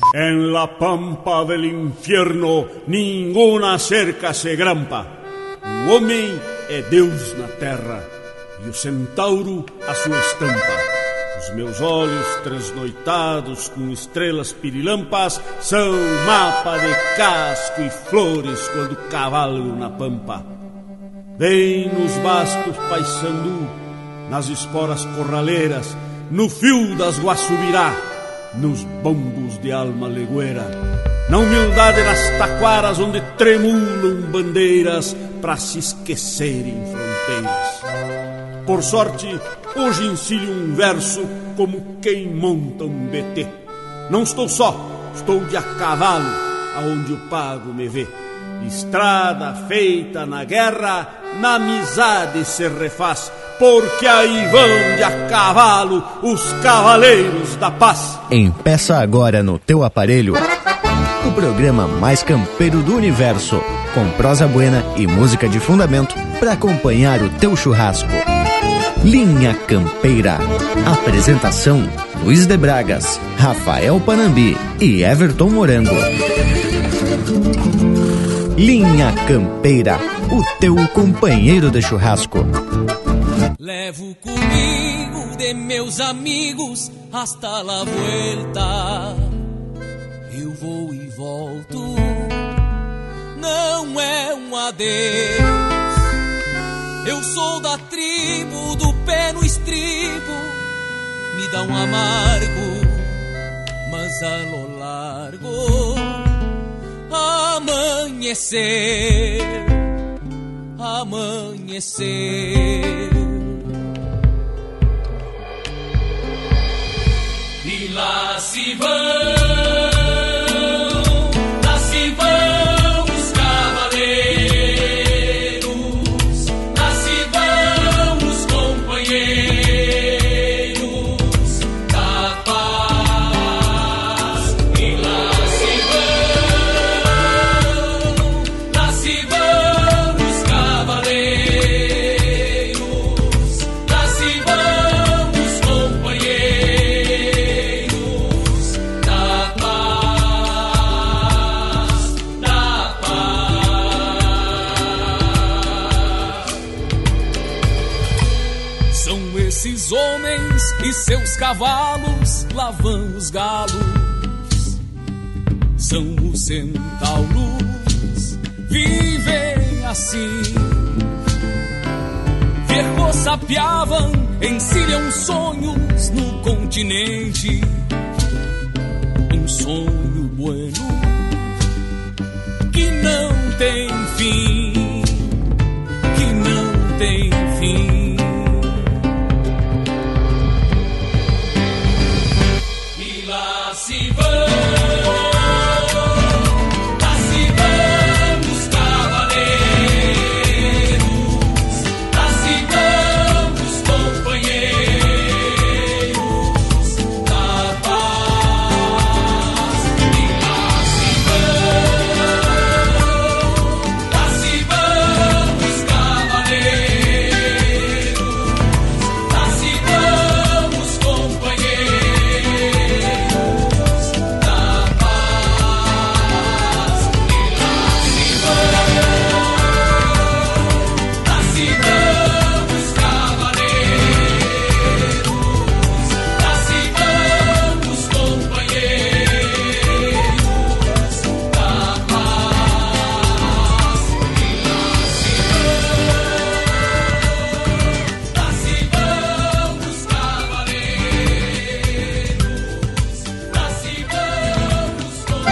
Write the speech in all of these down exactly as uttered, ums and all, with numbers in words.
En la pampa del infierno ninguna cerca se grampa. O homem é Deus na terra e o centauro a sua estampa. Os meus olhos transnoitados com estrelas pirilampas são mapa de casco e flores quando cavalgo na pampa. Vem nos bastos paisandu, nas esporas corraleiras, no fio das guaçubirá, nos bombos de alma legueira, na humildade das taquaras onde tremulam bandeiras pra se esquecerem fronteiras. Por sorte, hoje ensino um verso como quem monta um B T. Não estou só, estou de a cavalo, aonde o pago me vê. Estrada feita na guerra, na amizade se refaz, porque aí vão de a cavalo os cavaleiros da paz. Empeça agora no teu aparelho o programa mais campeiro do universo, com prosa buena e música de fundamento para acompanhar o teu churrasco. Linha Campeira. Apresentação: Luiz de Bragas, Rafael Panambi e Everton Morango. Linha Campeira, o teu companheiro de churrasco. Levo comigo de meus amigos hasta la vuelta. Eu vou e volto, não é um adeus. Eu sou da tribo do pé no estribo, me dá um amargo, mas a lo largo amanhecer, amanhecer. E lá se vão, lá se vão os cavaleiros, lá se vão os companheiros da paz. E lá se vão, lá se vão os cavaleiros, lá se vão os companheiros da paz, da paz. São esses homens e seus cavalos, lá vão os galos. São os centauros, vivem assim. Viejos sapiavam, encilham sonhos no continente. Um sonho bueno que não tem fim, que não tem fim. E lá se vão, lá se vão os cavaleiros, lá se vão os companheiros da paz. E lá se vão, lá se vão os cavaleiros, lá se vão os companheiros da paz. E lá se vão, lá se vão os cavaleiros, lá se vão os companheiros da paz. E lá se vão, lá se vão os cavaleiros, lá se vão os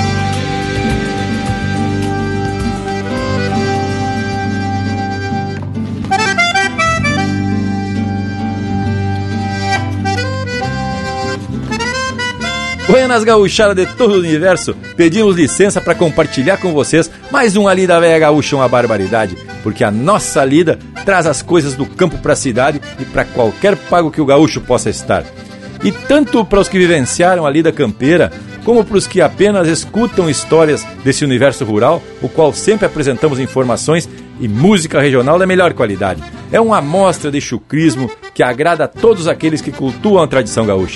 Buenas gauchada de todo o universo, pedimos licença para compartilhar com vocês mais um Ali da Véia Gaúcha, uma barbaridade, porque a nossa lida traz as coisas do campo para a cidade e para qualquer pago que o gaúcho possa estar. E tanto para os que vivenciaram a lida campeira, como para os que apenas escutam histórias desse universo rural, o qual sempre apresentamos informações e música regional da melhor qualidade. É uma amostra de chucrismo que agrada a todos aqueles que cultuam a tradição gaúcha.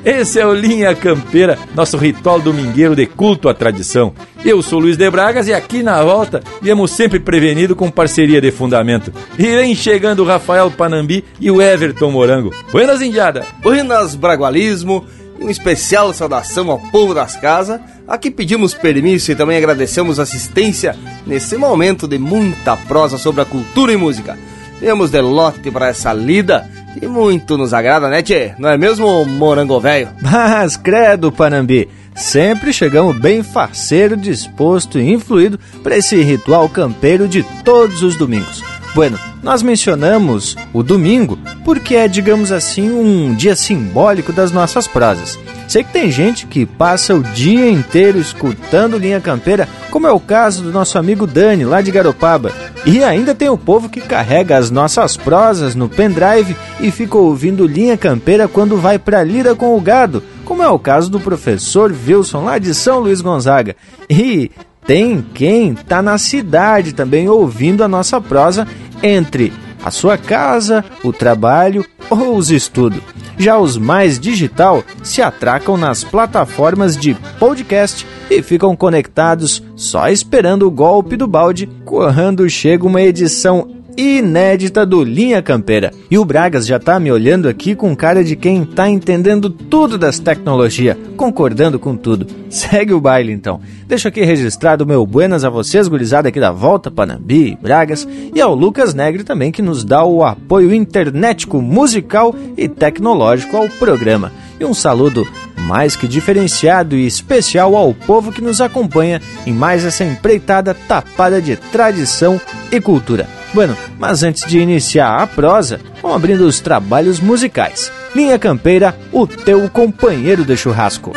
Esse é o Linha Campeira, nosso ritual domingueiro de culto à tradição. Eu sou Luiz de Bragas e aqui na volta viemos sempre prevenido com parceria de fundamento. E vem chegando o Rafael Panambi e o Everton Morango. Buenas, indiada! Buenas, bragualismo! E uma especial saudação ao povo das casas. Aqui pedimos permisso e também agradecemos assistência nesse momento de muita prosa sobre a cultura e música. Viemos de lote para essa lida e muito nos agrada, né, tchê? Não é mesmo, morango velho? Mas, credo, Panambi, sempre chegamos bem faceiro, disposto e influído para esse ritual campeiro de todos os domingos. Bueno, nós mencionamos o domingo porque é, digamos assim, um dia simbólico das nossas prosas. Sei que tem gente que passa o dia inteiro escutando Linha Campeira, como é o caso do nosso amigo Dani, lá de Garopaba. E ainda tem o povo que carrega as nossas prosas no pendrive e fica ouvindo Linha Campeira quando vai pra lida com o gado, como é o caso do professor Wilson, lá de São Luís Gonzaga. E tem quem tá na cidade também ouvindo a nossa prosa entre a sua casa, o trabalho ou os estudos. Já os mais digital se atracam nas plataformas de podcast e ficam conectados só esperando o golpe do balde quando chega uma edição inédita do Linha Campeira. E o Bragas já tá me olhando aqui com cara de quem tá entendendo tudo das tecnologias, concordando com tudo. Segue o baile então. Deixo aqui registrado o meu buenas a vocês, gurizada aqui da volta, Panambi, Bragas, e ao Lucas Negre também, que nos dá o apoio internetico, musical e tecnológico ao programa. E um saludo mais que diferenciado e especial ao povo que nos acompanha em mais essa empreitada tapada de tradição e cultura. Bueno, mas antes de iniciar a prosa, vamos abrindo os trabalhos musicais. Linha Campeira, o teu companheiro de churrasco.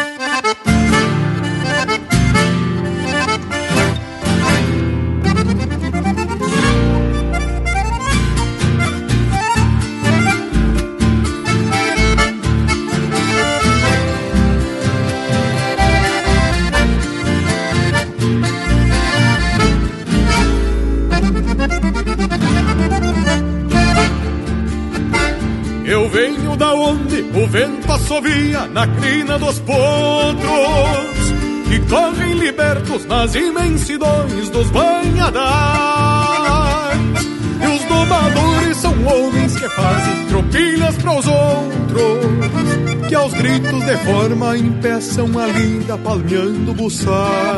Eu venho da onde o vento assovia na crina dos potros, que correm libertos nas imensidões dos banhadais. E os domadores são homens que fazem tropilhas para os outros, que aos gritos de forma impeçam a lida palmeando buçais.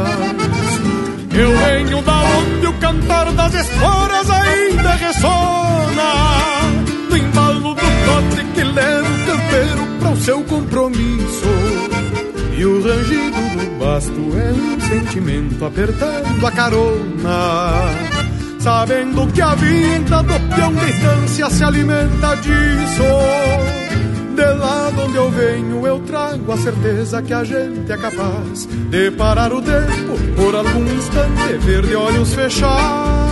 Eu venho da onde o cantar das esporas ainda ressona, no embalo do trote que leva o campeiro para o seu compromisso. E o rangido do basto é um sentimento apertando a carona, sabendo que a vida do peão de estância se alimenta disso. De lá de onde eu venho eu trago a certeza que a gente é capaz de parar o tempo por algum instante, ver de olhos fechados,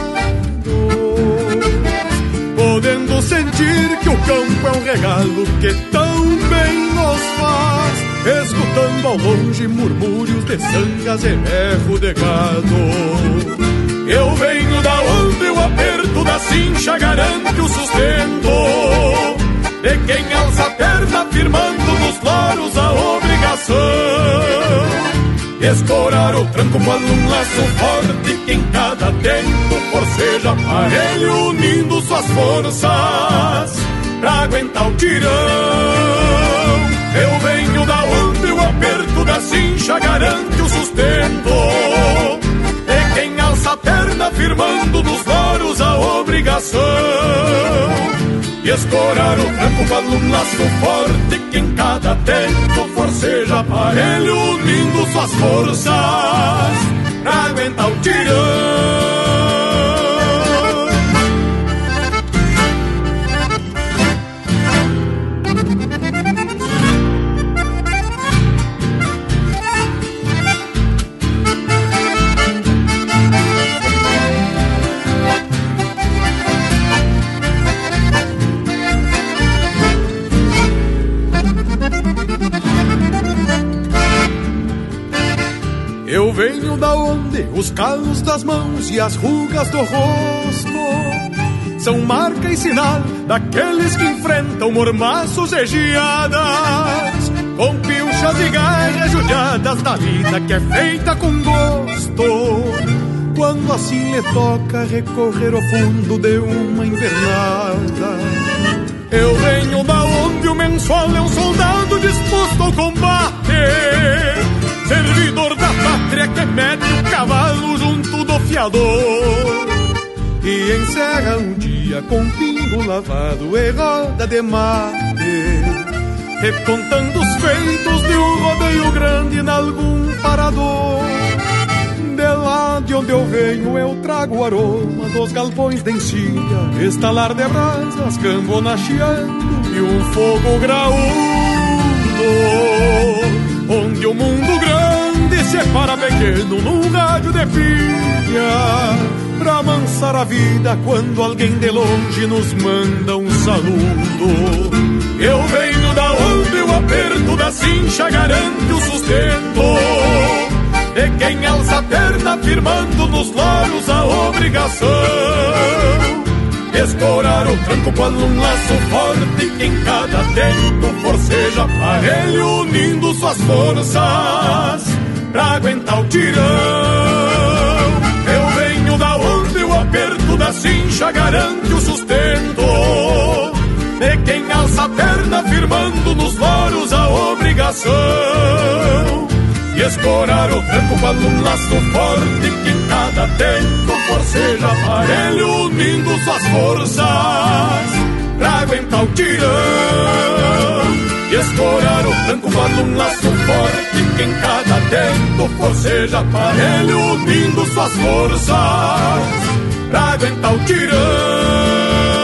podendo sentir que o campo é um regalo que tão bem nos faz, escutando ao longe murmúrios de sangas e berro de gado. Eu venho da onde o aperto da cincha garante o sustento de quem alça a perna firmando nos loros a obrigação, escorar o tranco quando um laço forte que em cada tempo forceja aparelho unindo suas forças pra aguentar o tirão. Eu venho da onde o aperto da cincha garante o sustento de quem alça a perna firmando nos loros a obrigação, e escorar o tranco quando um laço forte que em cada tempo forceja aparelho unindo suas forças pra aguentar o tirão. Eu venho da onde os calos das mãos e as rugas do rosto são marca e sinal daqueles que enfrentam mormaços e geadas, com pilchas e garras judiadas da vida que é feita com gosto. Quando assim lhe toca recorrer ao fundo de uma invernada, eu venho da onde o mensual é um soldado disposto ao combate, servidor da pátria que mete o cavalo junto do fiador e encerra um dia com pingo lavado e roda de mate, recontando os feitos de um rodeio grande em algum parador. De lá de onde eu venho eu trago o aroma dos galpões de encilha, estalar de brasas, cambona chiando e um fogo graúdo, onde o mundo grande separa pequeno num rádio de pilha, pra amansar a vida quando alguém de longe nos manda um saludo. Eu venho da onde o aperto da cincha garante o sustento de quem alça a perna firmando nos loros a obrigação, escorar o tranco quando um laço forte que em cada tento forceja aparelho unindo suas forças pra aguentar o tirão. Eu venho da onde o aperto da cincha garante o sustento de quem alça a perna firmando nos loros a obrigação, e escorar o tranco quando um laço forte que em cada tempo forceja aparelho unindo suas forças pra aguentar o tirão. E escorar o tranco quando um laço forte que em cada tempo forceja aparelho unindo suas forças pra aguentar o tirão.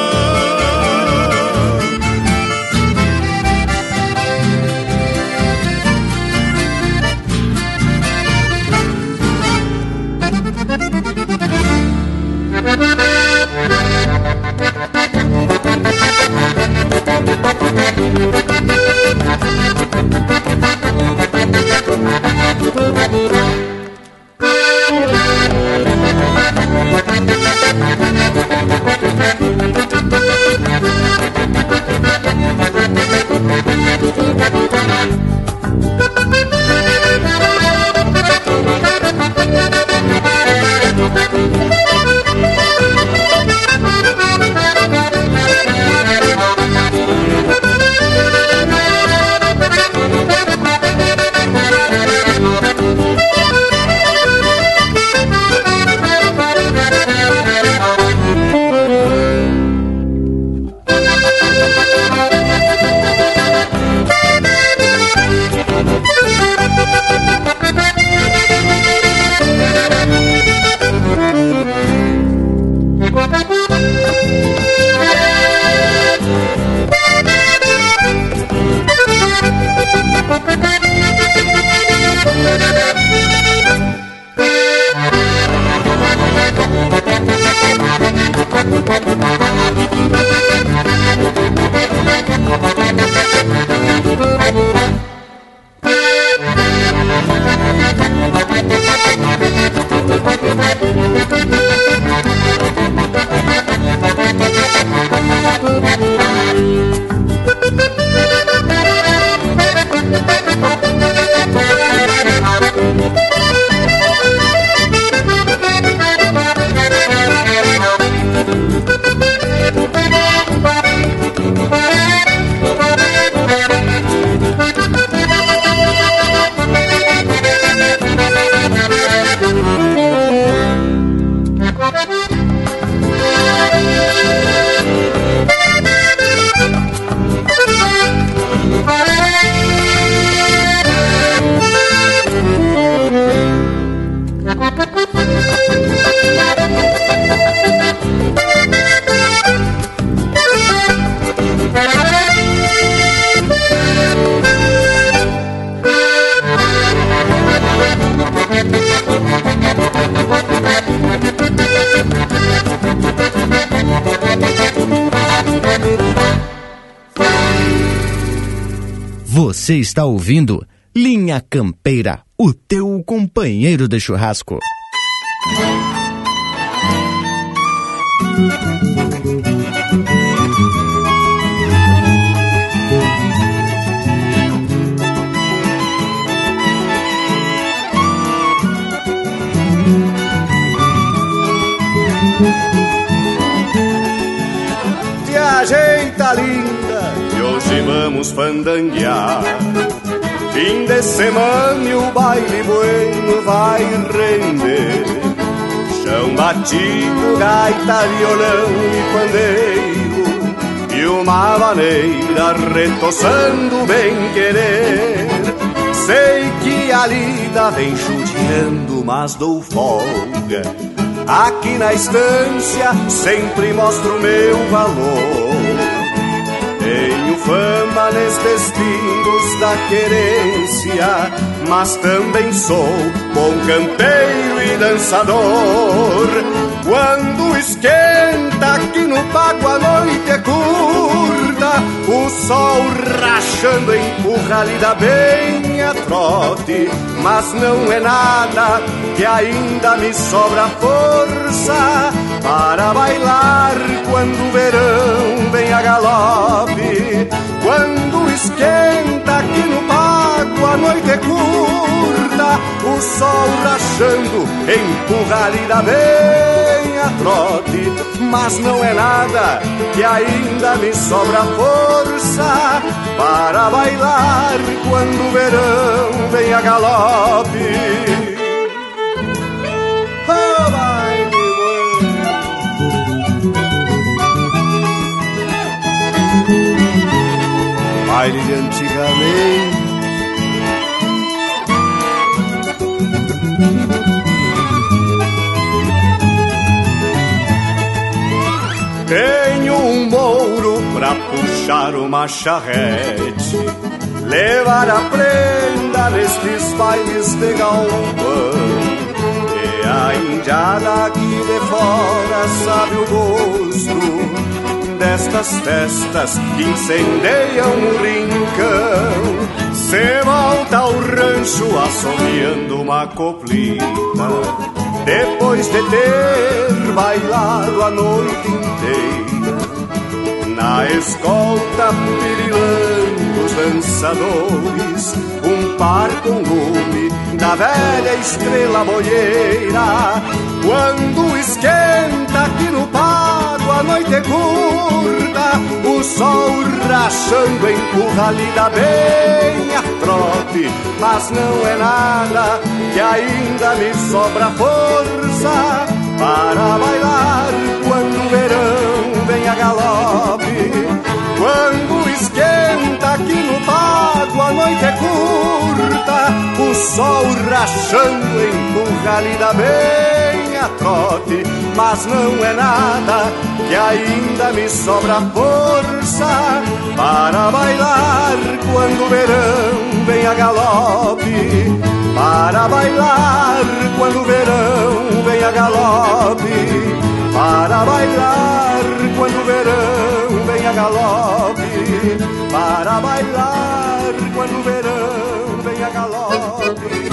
Você está ouvindo Linha Campeira, o teu companheiro de churrasco. Te ajeita linda e hoje vamos fandanguear. Fim de semana e o baile bueno vai render. Chão batido, gaita, violão e pandeiro, e uma vaneira retoçando bem querer. Sei que a lida vem judiando, mas dou folga. Aqui na estância sempre mostro meu valor. Tenho fama nestes pingos da querência, mas também sou bom campeiro e dançador. Quando esquenta aqui no pago a noite é curta, o sol rachando empurra a lida bem a trote. Mas não é nada que ainda me sobra força para bailar quando o verão vem a galope. Quando esquenta aqui no pago a noite é curta, o sol rachando empurra a lida bem a trote. Mas não é nada que ainda me sobra força para bailar quando o verão vem a galope. Oh, baile bueno, baile de antigamente. Tenho um mouro pra puxar uma charrete, levar a prenda nestes bailes de galpão. E a indiada aqui de fora sabe o gosto destas festas que incendeiam o rincão. Se volta ao rancho assobiando uma coplita, depois de ter bailado a noite inteira. Na escolta pirilando os dançadores, um par com lume da velha estrela boieira. Quando esquenta aqui no pago a noite é curta, o sol rachando empurra a lida bem a trote. Mas não é nada que ainda me sobra força para bailar quando o verão vem a galope. Quando esquenta aqui no pago a noite é curta, o sol rachando empurra a lida bem a trote. Mas não é nada que ainda me sobra força para bailar quando o verão vem a galope. Para bailar quando o verão vem a galope. Para bailar quando o verão vem a galope. Para bailar quando o verão vem a galope.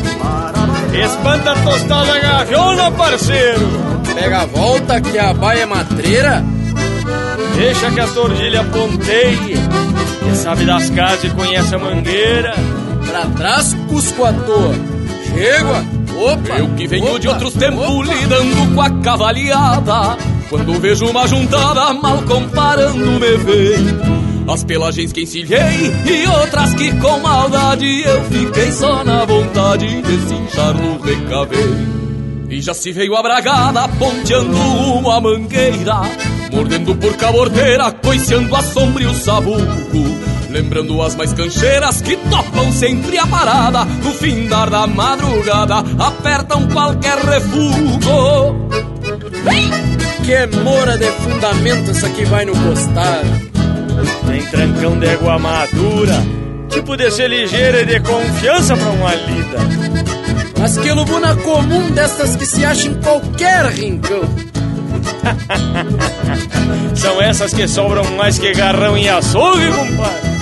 Espanta a tostada gaviona, parceiro. Pega a volta que a baia é matreira. Deixa que a tordilha ponteie. Quem sabe das casas e conhece a mangueira. Pra trás, cusco à toa. Chega, opa. Eu que venho opa, de outros tempos opa. lidando com a cavaleada, quando vejo uma juntada mal comparando me vem. As pelagens que encilhei e outras que com maldade eu fiquei só na vontade de cinchar no recaveiro. E já se veio a bragada ponteando uma mangueira, mordendo por cabordeira, coiceando a sombra e o sabugo, lembrando as mais cancheiras que topam sempre a parada. No findar da madrugada apertam qualquer refúgio. Que mora de fundamento essa que vai no costar. Tem trancão de égua madura, tipo de ser ligeira e de confiança pra uma lida. Mas que lubuna comum destas que se acham em qualquer rincão. São essas que sobram mais que garrão em açougue, compadre.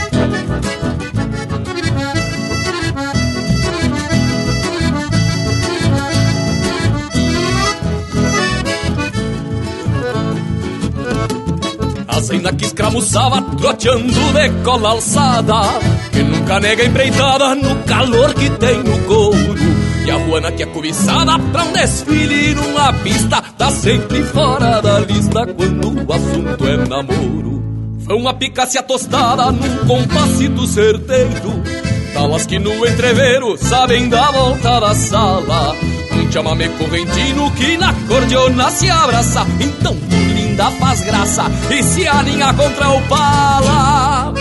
A zaina que escramuçava troteando de cola alçada, que nunca nega empreitada no calor que tem no couro. E a peruana que é cobiçada pra um desfile numa pista, tá sempre fora da lista quando o assunto é namoro. Vão a picar-se atostada num compassito certeiro, talas que no entreveiro sabem dar volta da sala. Um chamamé correntino que na cordiona se abraça, então tu linda faz graça e se alinha contra o pala.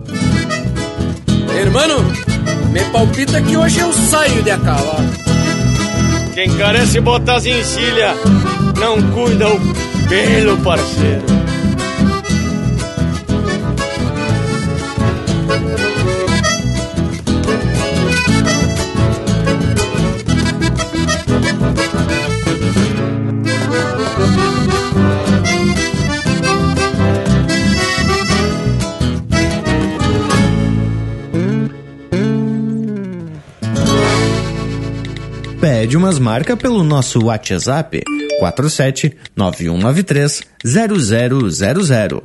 Hermano, me palpita que hoje eu saio de a cavalo. Quem carece botas em encilha não cuida o pelo, parceiro. Pede umas marcas pelo nosso WhatsApp quatro sete nove um nove três zero zero zero zero.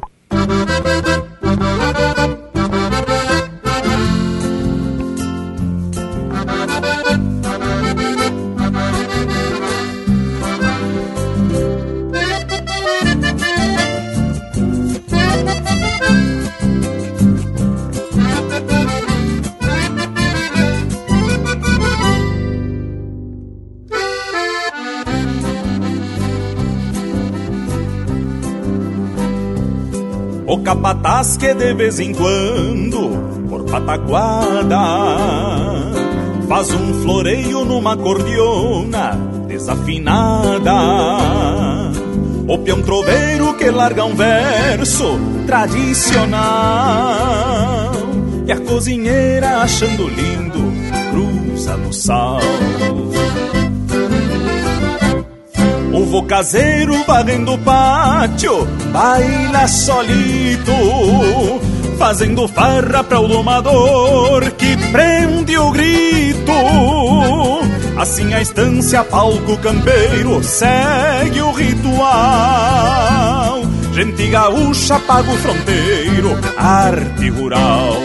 O capataz que de vez em quando, por pataguada, faz um floreio numa cordiona desafinada. O peão troveiro que larga um verso tradicional, e a cozinheira achando lindo cruza no sal. O vô caseiro varrendo o pátio baila solito, fazendo farra pra o domador que prende o grito. Assim a estância palco campeiro segue o ritual. Gente gaúcha paga o fronteiro, arte rural.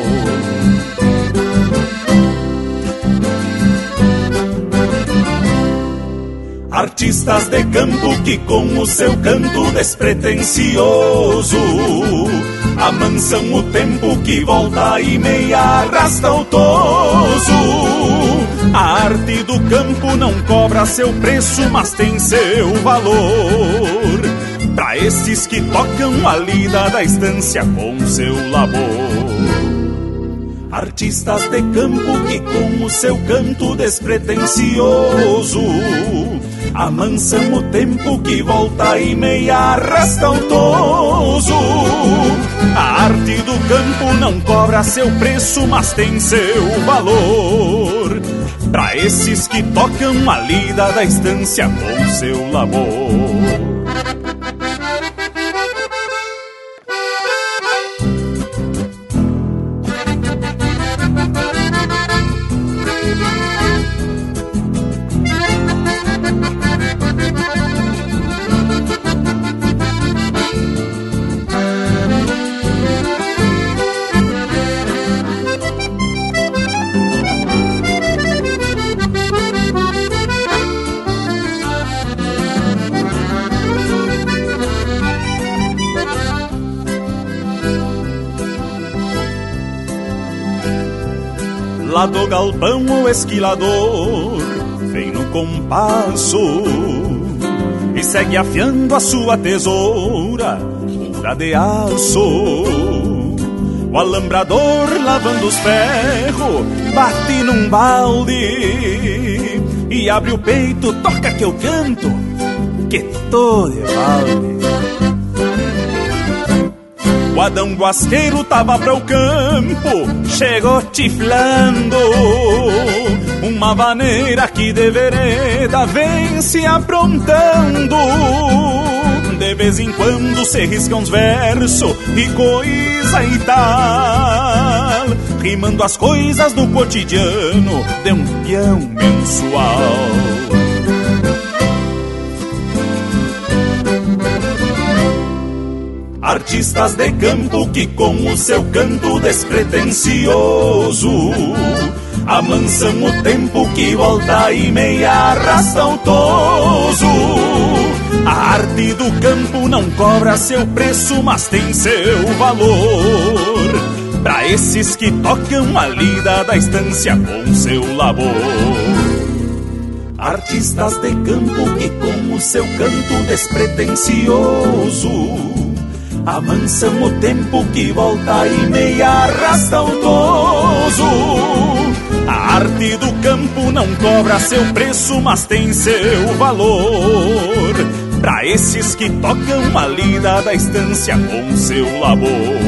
Artistas de campo que com o seu canto despretensioso amansam o tempo que volta e meia arrasta o toso. A arte do campo não cobra seu preço, mas tem seu valor pra esses que tocam a lida da estância com seu labor. Artistas de campo que com o seu canto despretensioso amansam o tempo que volta e meia arrasta o toso. A arte do campo não cobra seu preço, mas tem seu valor pra esses que tocam a lida da estância com seu labor. Lá do galpão o esquilador vem no compasso e segue afiando a sua tesoura pura de aço. O alambrador lavando os ferros bate num balde e abre o peito, toca que eu canto, que tô de balde. O Adão Guasqueiro tava pra o campo, chegou chiflando uma vaneira que de vereda vem se aprontando. De vez em quando se risca uns versos e coisa e tal, rimando as coisas do cotidiano de um peão mensual. Artistas de campo que com o seu canto despretensioso amansam o tempo que volta e meia arrasta o toso. A arte do campo não cobra seu preço, mas tem seu valor. Pra esses que tocam a lida da estância com seu labor. Artistas de campo que com o seu canto despretensioso amansam o tempo que volta e meia arrasta o toso. A arte do campo não cobra seu preço, mas tem seu valor. Pra esses que tocam a lida da estância com seu labor.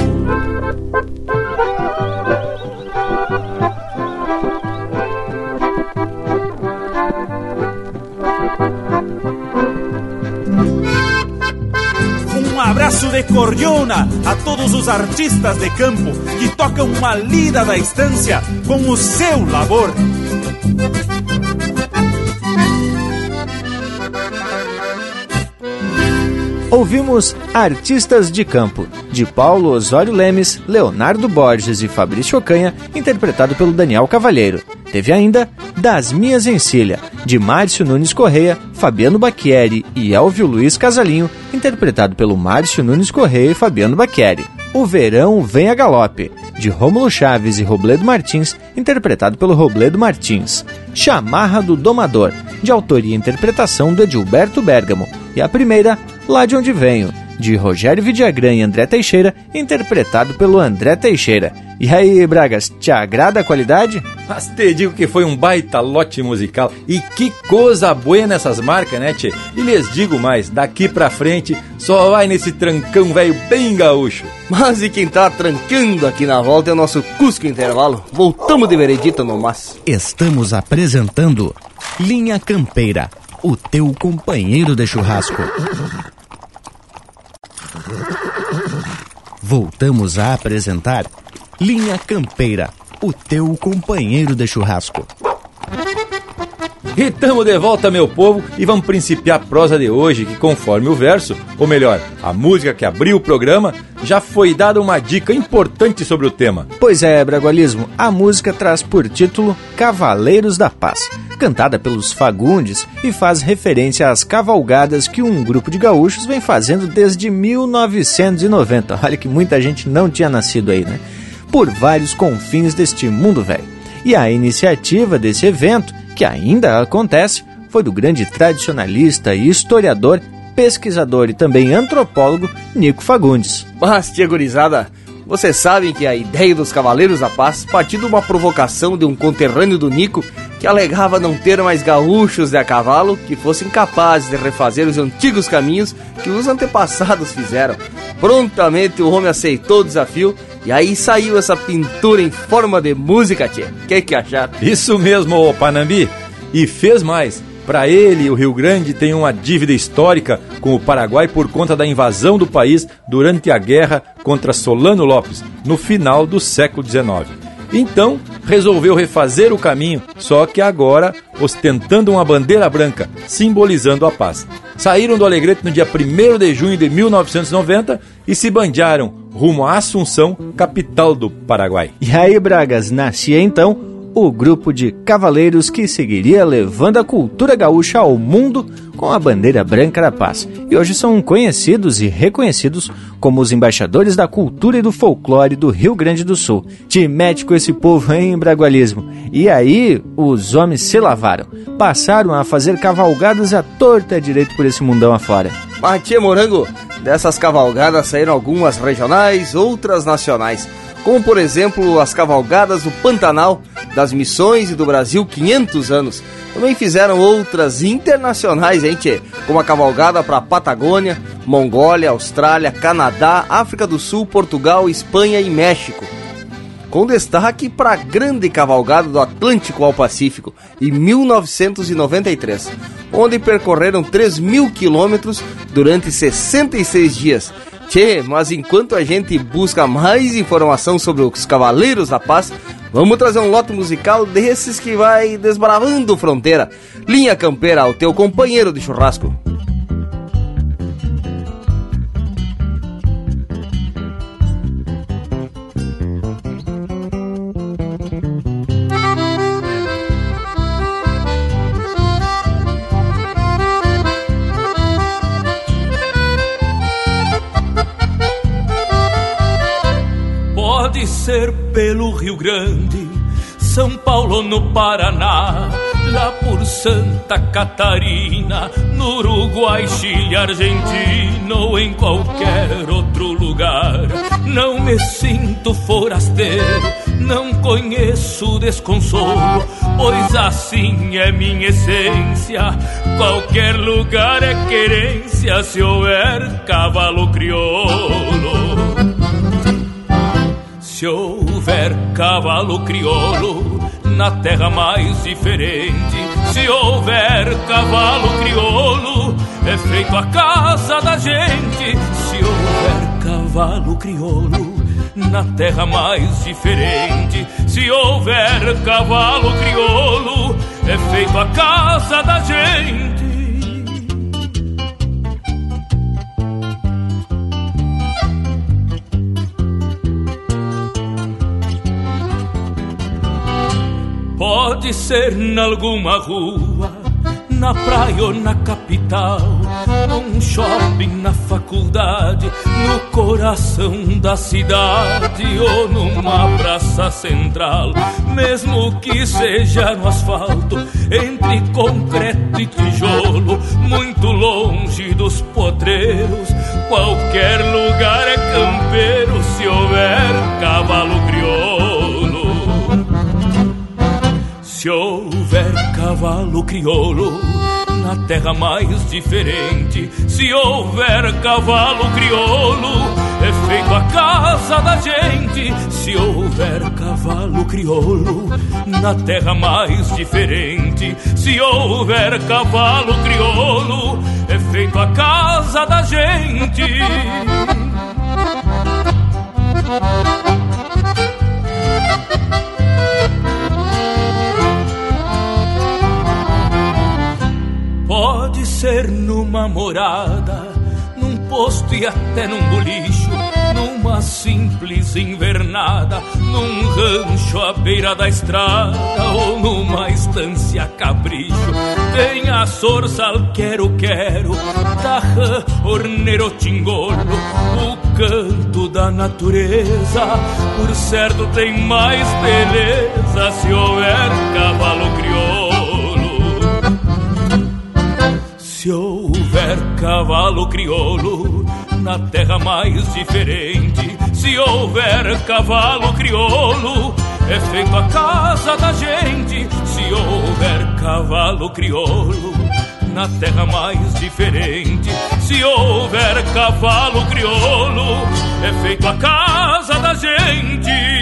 Um abraço de cordiona a todos os artistas de campo que tocam uma lida da estância com o seu labor. Ouvimos Artistas de Campo, de Paulo Osório Lemes, Leonardo Borges e Fabrício Ocanha, interpretado pelo Daniel Cavalheiro. Teve ainda Das Minhas Encilha, de Márcio Nunes Correia, Fabiano Bacchieri e Elvio Luiz Casalinho, interpretado pelo Márcio Nunes Correia e Fabiano Bacchieri. O Verão Vem a Galope, de Rômulo Chaves e Robledo Martins, interpretado pelo Robledo Martins. Chamarra do Domador, de autoria e interpretação de Edilberto Bergamo. E a primeira, Lá de Onde Venho, de Rogério Vidagrã e André Teixeira, interpretado pelo André Teixeira. E aí, Bragas, te agrada a qualidade? Mas te digo que foi um baita lote musical. E que coisa boa nessas marcas, né, tchê? E lhes digo mais, daqui pra frente só vai nesse trancão velho bem gaúcho. Mas e quem tá trancando aqui na volta é o nosso Cusco Intervalo. Voltamos de veredita no mas. Estamos apresentando Linha Campeira, o teu companheiro de churrasco. Voltamos a apresentar Linha Campeira, o teu companheiro de churrasco. E tamo de volta, meu povo, e vamos principiar a prosa de hoje, que conforme o verso, ou melhor, a música que abriu o programa, já foi dada uma dica importante sobre o tema. Pois é, Bragualismo, a música traz por título Cavaleiros da Paz, cantada pelos Fagundes e faz referência às cavalgadas que um grupo de gaúchos vem fazendo desde mil novecentos e noventa. Olha que muita gente não tinha nascido aí, né? Por vários confins deste mundo velho. E a iniciativa desse evento, que ainda acontece, foi do grande tradicionalista e historiador, pesquisador e também antropólogo Nico Fagundes. Mas, tia gurizada, vocês sabem que a ideia dos Cavaleiros da Paz partiu de uma provocação de um conterrâneo do Nico que alegava não ter mais gaúchos de a cavalo que fossem capazes de refazer os antigos caminhos que os antepassados fizeram. Prontamente o homem aceitou o desafio e aí saiu essa pintura em forma de música, tchê. Que que acharam? Isso mesmo, ô Panambi. E fez mais. Para ele, o Rio Grande tem uma dívida histórica com o Paraguai por conta da invasão do país durante a guerra contra Solano Lopes, no final do século dezenove. Então, resolveu refazer o caminho, só que agora ostentando uma bandeira branca, simbolizando a paz. Saíram do Alegrete no dia primeiro de junho de mil novecentos e noventa e se bandearam rumo a Assunção, capital do Paraguai. E aí, Bragas, nascia então o grupo de cavaleiros que seguiria levando a cultura gaúcha ao mundo com a bandeira branca da paz. E hoje são conhecidos e reconhecidos como os embaixadores da cultura e do folclore do Rio Grande do Sul. Te mete com esse povo em Bragualismo. E aí, os homens se lavaram. Passaram a fazer cavalgadas à torta direito por esse mundão afora. Mas, tia Morango, dessas cavalgadas saíram algumas regionais, outras nacionais. Como, por exemplo, as cavalgadas do Pantanal, das Missões e do Brasil quinhentos anos. Também fizeram outras internacionais, hein, tchê? Como a cavalgada para Patagônia, Mongólia, Austrália, Canadá, África do Sul, Portugal, Espanha e México. Com destaque para a grande cavalgada do Atlântico ao Pacífico, em mil novecentos e noventa e três, onde percorreram três mil quilômetros durante sessenta e seis dias. Tchê, mas enquanto a gente busca mais informação sobre os Cavaleiros da Paz, vamos trazer um lote musical desses que vai desbravando fronteira. Linha Campeira, o teu companheiro de churrasco. ser pelo Rio Grande, São Paulo no Paraná, lá por Santa Catarina, no Uruguai, Chile, Argentina ou em qualquer outro lugar. Não me sinto forasteiro, não conheço desconsolo, pois assim é minha essência. Qualquer lugar é querência se houver cavalo crioulo. Se houver cavalo crioulo na terra mais diferente, se houver cavalo crioulo, é feito a casa da gente. Se houver cavalo crioulo na terra mais diferente, se houver cavalo crioulo, é feito a casa da gente. Pode ser nalguma rua, na praia ou na capital, num shopping, na faculdade, no coração da cidade ou numa praça central. Mesmo que seja no asfalto, entre concreto e tijolo, muito longe dos potreiros, qualquer lugar é campeiro se houver cavalo crioulo. Se houver cavalo crioulo na terra mais diferente, se houver cavalo crioulo, é feito a casa da gente. Se houver cavalo crioulo na terra mais diferente, se houver cavalo crioulo, é feito a casa da gente. Pode ser numa morada, num posto e até num bolicho, numa simples invernada, num rancho à beira da estrada ou numa estância capricho. Tem a sorsal quero-quero, tarrã, horneiro, tingolo, o canto da natureza, por certo tem mais beleza se houver cavalo crioulo. Se houver cavalo crioulo na terra mais diferente, se houver cavalo crioulo, é feito a casa da gente. Se houver cavalo crioulo na terra mais diferente, se houver cavalo crioulo, é feito a casa da gente.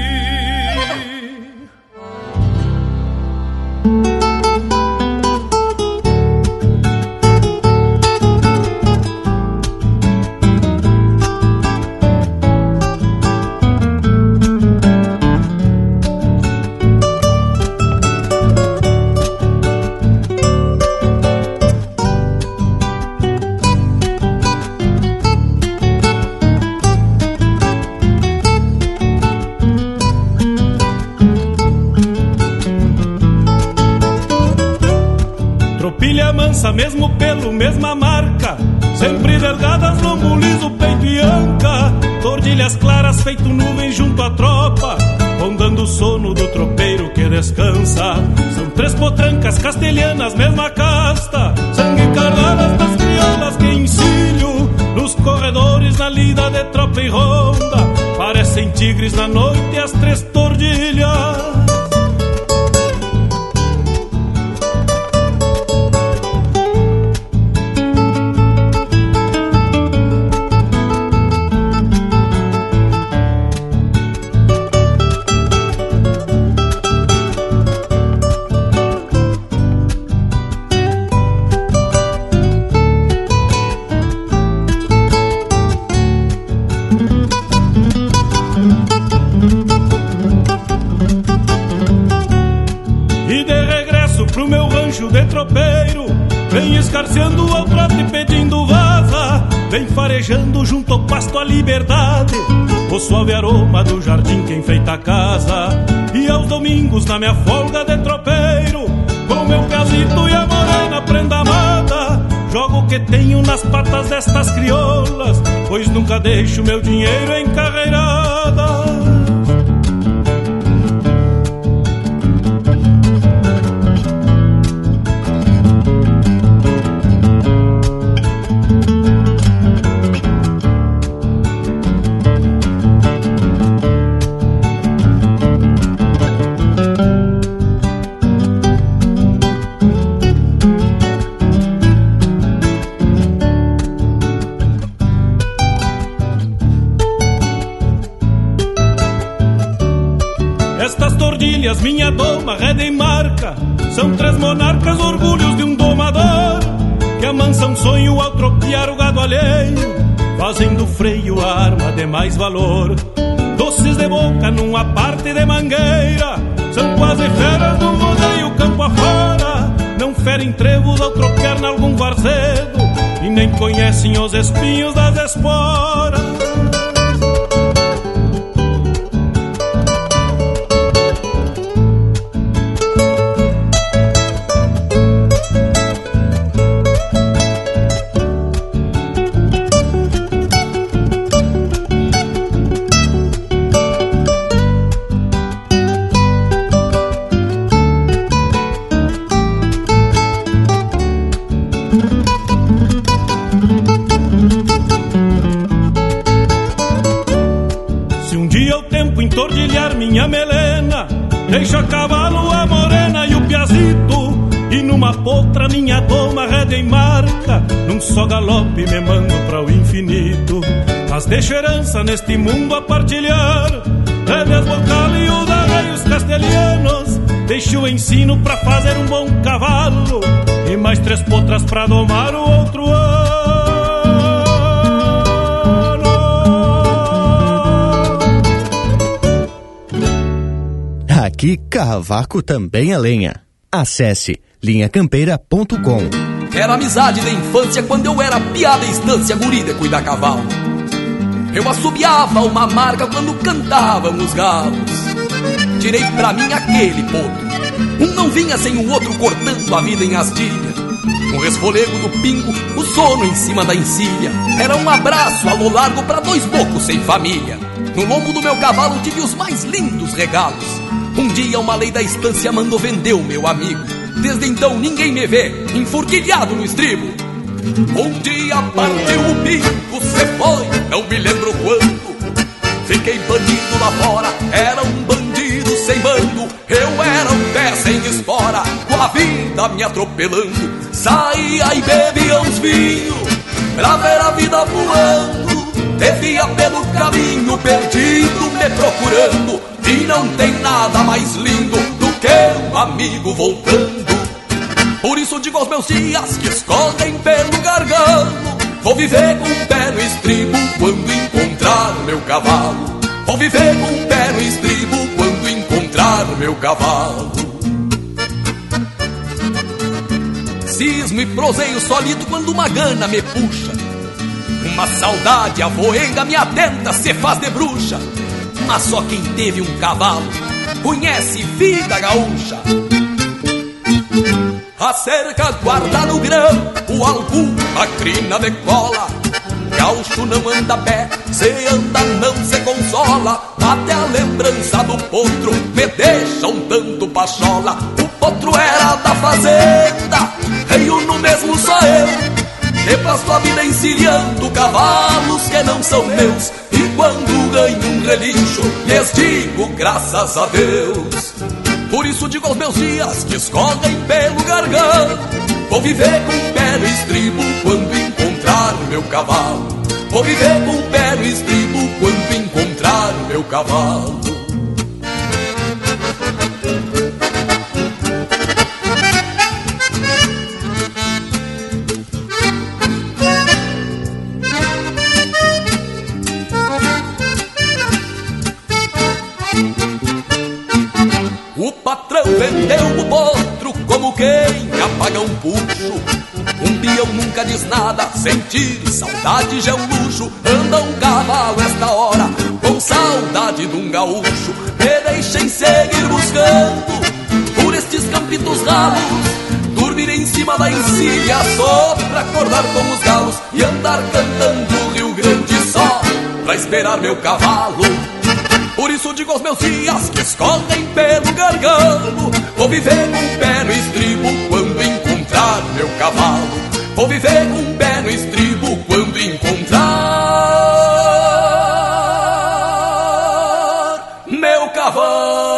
Mesmo pelo, mesma marca, sempre delgadas, lombo liso, peito e anca, tordilhas claras feito nuvem junto à tropa, rondando o sono do tropeiro que descansa. São três potrancas castelhanas, mesma casta, sangue encarnadas das criolas que encilho nos corredores na lida de tropa e ronda, parecem tigres na noite as três tordilhas. Escarceando ao trote e pedindo vaza, vem farejando junto ao pasto a liberdade, o suave aroma do jardim que enfeita a casa. E aos domingos na minha folga de tropeiro, com meu casito e a morena prenda amada, jogo o que tenho nas patas destas crioulas, pois nunca deixo meu dinheiro em carreiradas. minha doma, rede e marca, são três monarcas, orgulhos de um domador, que amansam sonho ao tropear o gado alheio, fazem do freio a arma de mais valor. Doces de boca numa parte de mangueira, são quase feras do rodeio campo afora, não ferem trevos ao tropear nalgum varzedo, e nem conhecem os espinhos das esporas. Minha melena, deixo a cavalo a morena e o piazito, e numa potra minha doma rede em marca, num só galope me mando para o infinito. Mas deixo herança neste mundo a partilhar, rédeas bocal e os arreios castelhanos, deixo o ensino pra fazer um bom cavalo, e mais três potras pra domar o outro ano. Aqui, cavaco também é lenha. Acesse linha campeira ponto com. Era amizade da infância quando eu era piada estância guri de cuidar cavalo. Eu assobiava uma marca quando cantavam os galos. Tirei pra mim aquele potro, um não vinha sem o outro cortando a vida em astilha. Com o resfolego do pingo, o sono em cima da encilha. Era um abraço a lo largo pra dois bocos sem família. No lombo do meu cavalo tive os mais lindos regalos. Um dia uma lei da estância mandou vender o meu amigo. Desde então ninguém me vê enfurquilhado no estribo. Um dia partiu o pingo, cê foi, não me lembro quando. Fiquei bandido lá fora, era um bandido sem bando. Eu era um pé sem espora, com a vida me atropelando. Saía e bebia uns vinhos, pra ver a vida voando. Devia pelo caminho perdido me procurando. E não tem nada mais lindo do que um amigo voltando. Por isso digo aos meus dias que escorrem pelo gargalo, vou viver com o pé no estribo quando encontrar o meu cavalo. Vou viver com o pé no estribo quando encontrar o meu cavalo. Cismo e proseio solito quando uma gana me puxa. Uma saudade avoenga me atenta, se faz de bruxa. Mas só quem teve um cavalo conhece vida gaúcha. A cerca guarda no grampo alguma crina de cola. Gaúcho não anda a pé, se anda não se consola. Até a lembrança do potro me deixa um tanto pachola. O potro era da fazenda, reio no mesmo só eu, que passo a vida encilhando cavalos que não são meus. E quando ganho um relincho, lhes digo graças a Deus. Por isso digo aos meus dias que escorrem pelo gargalo, vou viver com o pé no estribo quando encontrar o meu cavalo. Vou viver com o pé no estribo quando encontrar o meu cavalo. O patrão vendeu o potro como quem apaga um puxo. Um peão nunca diz nada, sentir saudade já é um luxo. Anda um cavalo esta hora, com saudade de um gaúcho. Me deixem seguir buscando por estes campitos ralos, dormir em cima da encilha só pra acordar com os galos. E andar cantando o Rio Grande só pra esperar meu cavalo. Por isso digo aos meus dias que escorrem pelo gargalo, vou viver com o pé no estribo quando encontrar meu cavalo. Vou viver com o pé no estribo quando encontrar meu cavalo.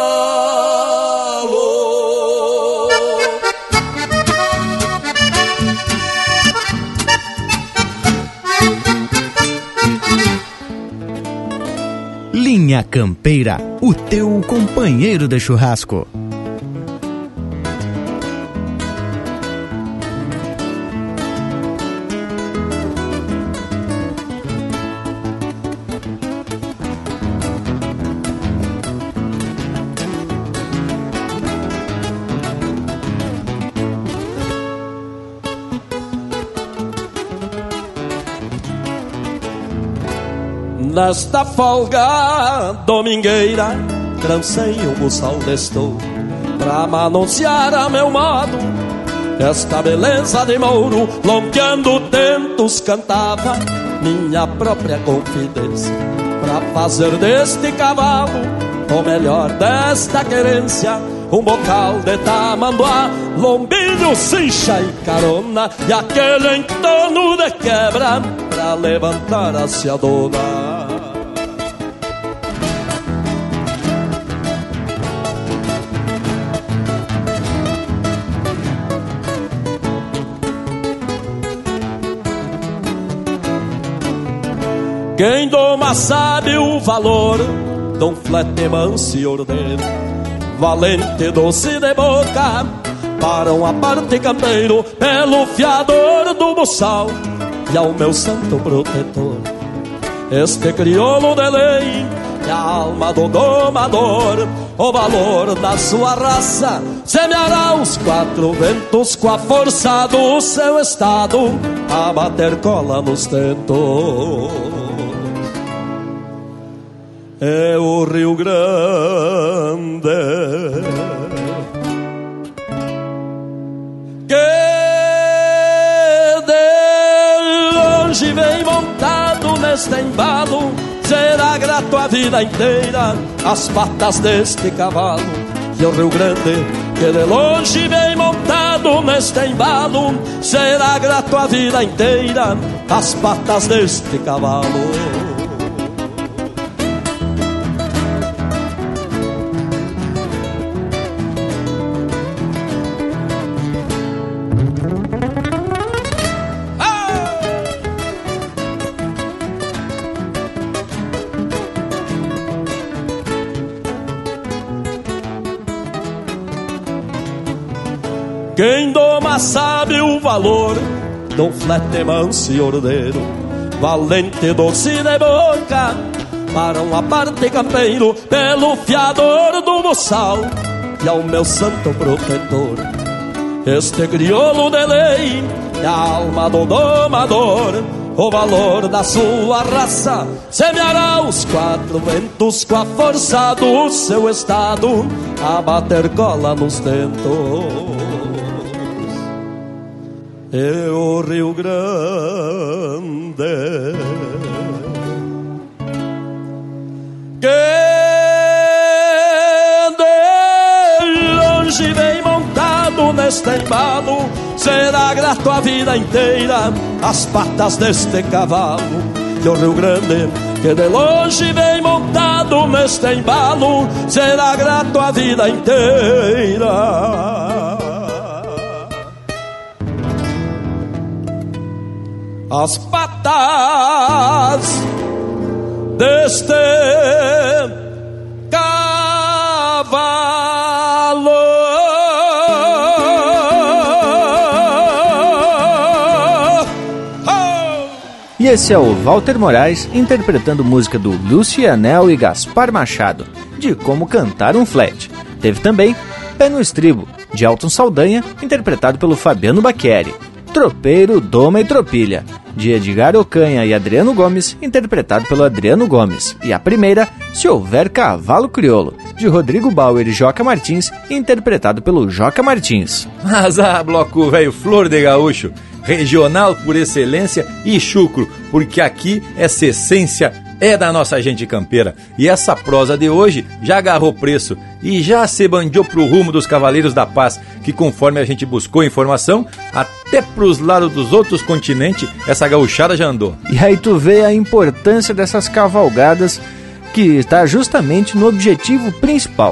Linha Linha Campeira, o teu companheiro de churrasco. Nesta folga domingueira, trancei o buçal destou pra manunciar a meu modo esta beleza de mouro. Lonqueando tentos cantava minha própria confidência pra fazer deste cavalo o melhor desta querência. Um bocal de tamanduá, lombilho, cincha e carona, e aquele entorno de quebra pra levantar a seadona. Quem doma sabe o valor de um flete manso e ordeiro, valente, doce de boca, para um aparte campeiro, pelo fiador do buçal e ao meu santo protetor. Este crioulo de lei e a alma do domador, o valor da sua raça semeará os quatro ventos com a força do seu estado a bater cola nos tentos. É o Rio Grande que de longe vem montado neste embalo. Será grato a vida inteira as patas deste cavalo. E o Rio Grande que de longe vem montado neste embalo. Será grato a vida inteira as patas deste cavalo. Quem doma sabe o valor de um flete manso e ordeiro, valente, doce de boca, para um aparte campeiro, pelo fiador do buçal e ao meu santo protetor. Este crioulo de lei e a alma do domador, o valor da sua raça semeará os quatro ventos com a força do seu estado a bater cola nos tentos. É o Rio Grande que de longe vem montado neste embalo. Será grato a vida inteira as patas deste cavalo. E o Rio Grande que de longe vem montado neste embalo. Será grato a vida inteira as patas deste cavalo. E esse é o Walter Moraes interpretando música do Lucianel e Gaspar Machado, de Como Cantar um Flat. Teve também Pé no Estribo, de Alton Saldanha, interpretado pelo Fabiano Bacchieri. Tropeiro, Doma e Tropilha, de Edgar Ocanha e Adriano Gomes, interpretado pelo Adriano Gomes. E a primeira, Se Houver Cavalo Crioulo, de Rodrigo Bauer e Joca Martins, interpretado pelo Joca Martins. Mas ah, bloco velho, flor de gaúcho, regional por excelência e chucro, porque aqui essa essência é da nossa gente campeira. E essa prosa de hoje já agarrou preço e já se bandiou pro rumo dos Cavaleiros da Paz, que conforme a gente buscou informação, até pros lados dos outros continentes, essa gauchada já andou. E aí tu vê a importância dessas cavalgadas, que está justamente no objetivo principal,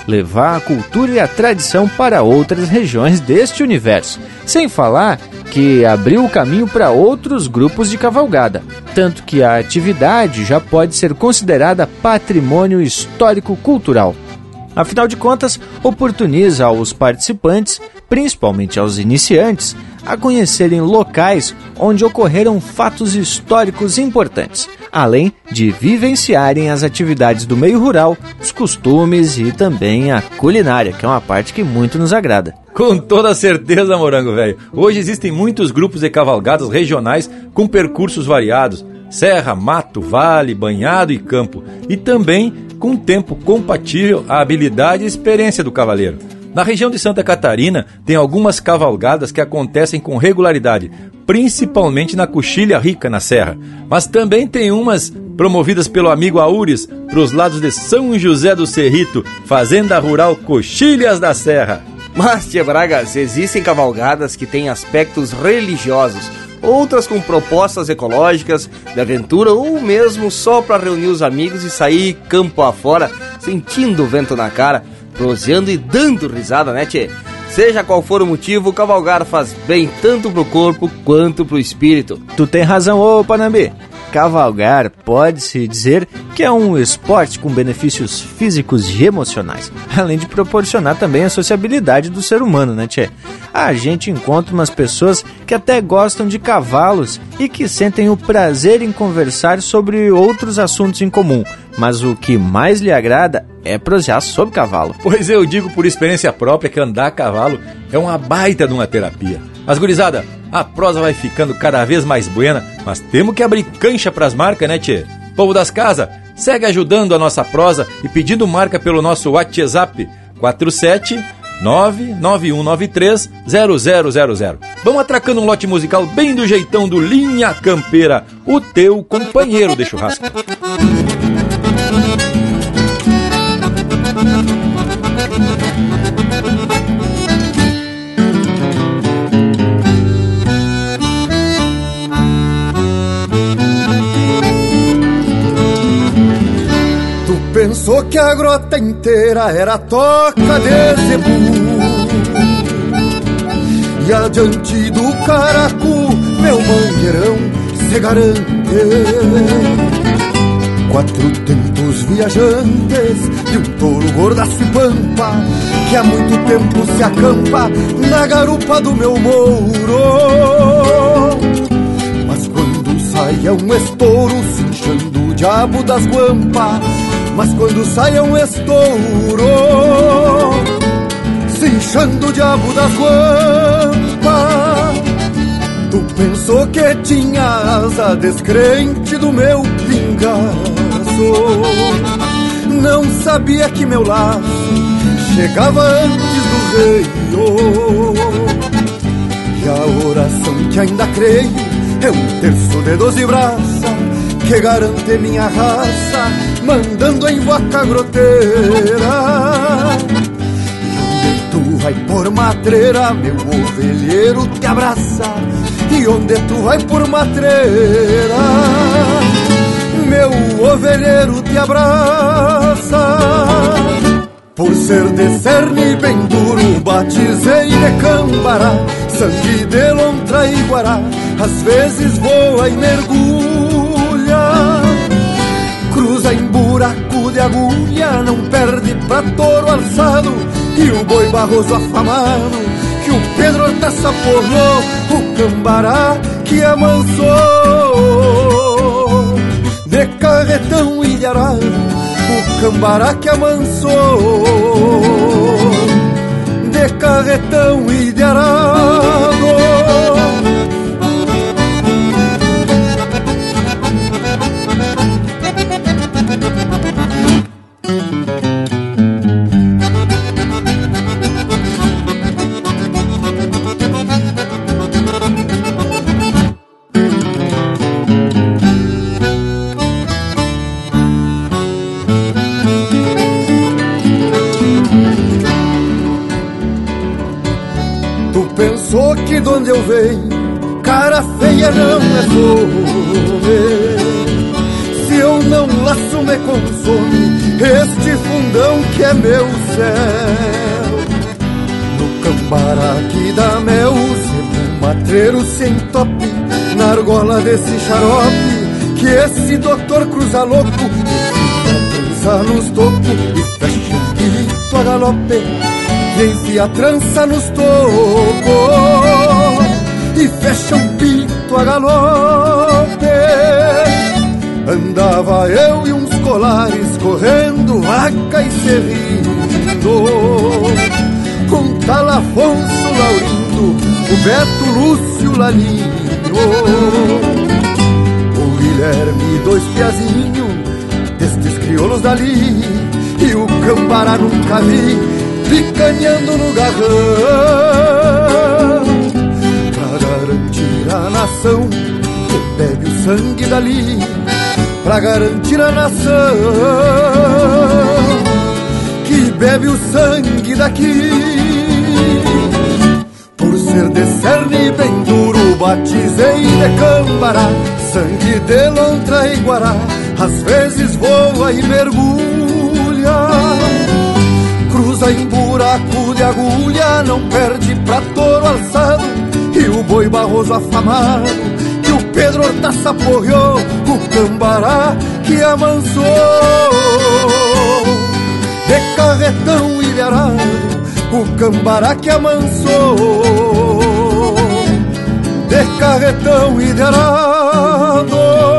levar a cultura e a tradição para outras regiões deste universo, sem falar que abriu o caminho para outros grupos de cavalgada, tanto que a atividade já pode ser considerada patrimônio histórico-cultural. Afinal de contas, oportuniza aos participantes, principalmente aos iniciantes, a conhecerem locais onde ocorreram fatos históricos importantes, além de vivenciarem as atividades do meio rural, os costumes e também a culinária, que é uma parte que muito nos agrada. Com toda certeza, Morango Velho. Hoje existem muitos grupos de cavalgadas regionais com percursos variados, serra, mato, vale, banhado e campo, e também com tempo compatível à habilidade e experiência do cavaleiro. Na região de Santa Catarina, tem algumas cavalgadas que acontecem com regularidade, principalmente na Coxilha Rica, na Serra. Mas também tem umas promovidas pelo amigo Aures para os lados de São José do Cerrito, Fazenda Rural Coxilhas da Serra. Mas, tia Bragas, existem cavalgadas que têm aspectos religiosos, outras com propostas ecológicas, de aventura ou mesmo só para reunir os amigos e sair campo afora, sentindo o vento na cara, proseando e dando risada, né, tchê? Seja qual for o motivo, cavalgar faz bem tanto pro corpo quanto pro espírito. Tu tem razão, ô Panambi. Cavalgar pode-se dizer que é um esporte com benefícios físicos e emocionais, além de proporcionar também a sociabilidade do ser humano, né, tchê? A gente encontra umas pessoas que até gostam de cavalos e que sentem o prazer em conversar sobre outros assuntos em comum, mas o que mais lhe agrada é prosear sobre cavalo. Pois eu digo por experiência própria que andar a cavalo é uma baita de uma terapia. Mas, gurizada, a prosa vai ficando cada vez mais buena, mas temos que abrir cancha pras marcas, né, tchê? Povo das casas, segue ajudando a nossa prosa e pedindo marca pelo nosso WhatsApp quatro sete nove nove um nove três zero zero zero zero. Vamos atracando um lote musical bem do jeitão do Linha Campeira, o teu companheiro de churrasco. Pensou que a grota inteira era toca de zebu, e adiante do caracu meu mangueirão se garante. Quatro tempos viajantes de um touro gordaço e pampa, que há muito tempo se acampa na garupa do meu mouro. Mas quando sai é um estouro cinchando o diabo das guampas, mas quando sai é um estouro cinchando o diabo das guampas. Tu pensou que tinha asa descrente do meu pingaço, não sabia que meu laço chegava antes do reio. E a oração que ainda creio é um terço de doze braças que garante minha raça, mandando em vaca groteira. E onde tu vai por matreira, meu ovelheiro te abraça. E onde tu vai por matreira, meu ovelheiro te abraça. Por ser de cerne bem duro, batizei de cambará, sangue de lontra e guará, às vezes voa e mergulha, cruza em buraco de agulha, não perde pra touro alçado, e o boi barroso afamado, que o Pedro Hortaça porrou, o cambará que amansou, de carretão e de arado, o cambará que amansou, de carretão e de arado. Pensou que de onde eu venho, cara feia não é fome. Se eu não laço me consome, este fundão que é meu céu. No cambará que dá mel, sebo matreiro se entope na argola desse xarope, que esse doutor cruza louco, trança nos tocos e fecha um pito a galope, e enfia a trança nos tocos e fecha um pito a galope. Andava eu e uns colares correndo, vaca e serrindo, com tal Afonso Laurindo, o Beto Lúcio Lalinho, o Guilherme dois piazinho destes crioulos dali, e o cambará nunca vi picanhando no garrão, pra garantir a nação que bebe o sangue dali, pra garantir a nação que bebe o sangue daqui. Por ser de cerne bem duro, batizei de cambará, sangue de lontra e guará, às vezes voa e mergulha, cruza em buraco de agulha, não perde pra touro alçado, e o boi barroso afamado que o Pedro Hortaça porreou, o cambará que amansou, de carretão ilharado, o cambará que amansou, de carretão ilharado.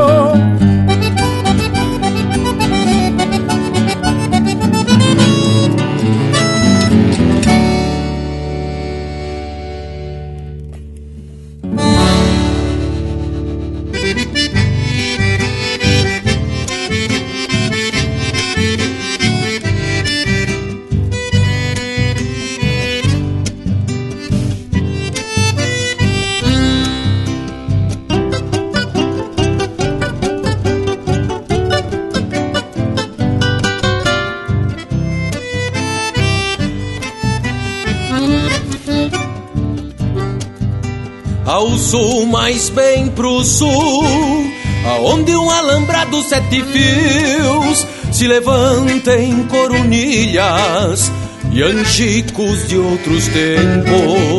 Ao sul, mais bem pro sul, aonde um alambrado sete fios se levanta em coronilhas e anchicos de outros tempos,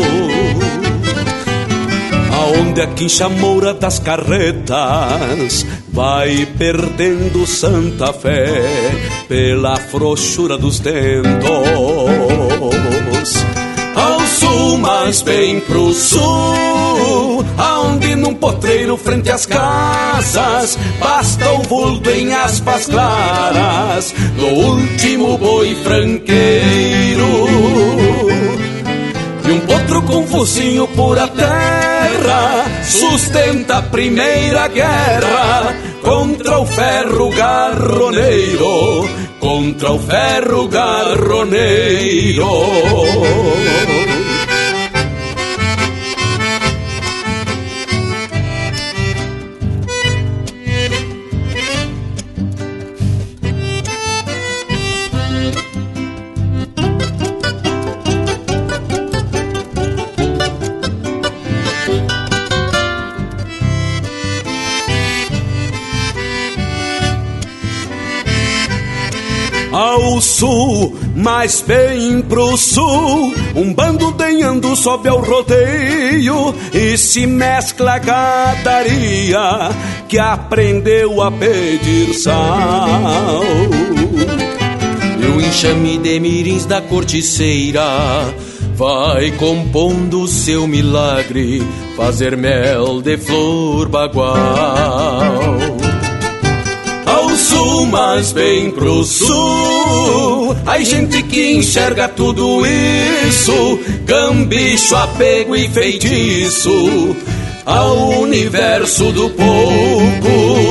aonde a quincha moura das carretas vai perdendo santa fé pela frouxura dos tentos. Ao sul, mais bem pro sul, aonde num potreiro frente às casas basta o vulto em aspas claras do último boi franqueiro, e um potro com focinho por a terra sustenta a primeira guerra contra o ferro garroneiro, contra o ferro garroneiro. Ao sul, mais bem pro sul, um bando denhando sobe ao rodeio e se mescla a gadaria que aprendeu a pedir sal. E o enxame de mirins da corticeira vai compondo seu milagre, fazer mel de flor bagual. Ao sul, mas bem pro sul, ai gente que enxerga tudo isso, gambicho, apego e feitiço ao universo do pouco.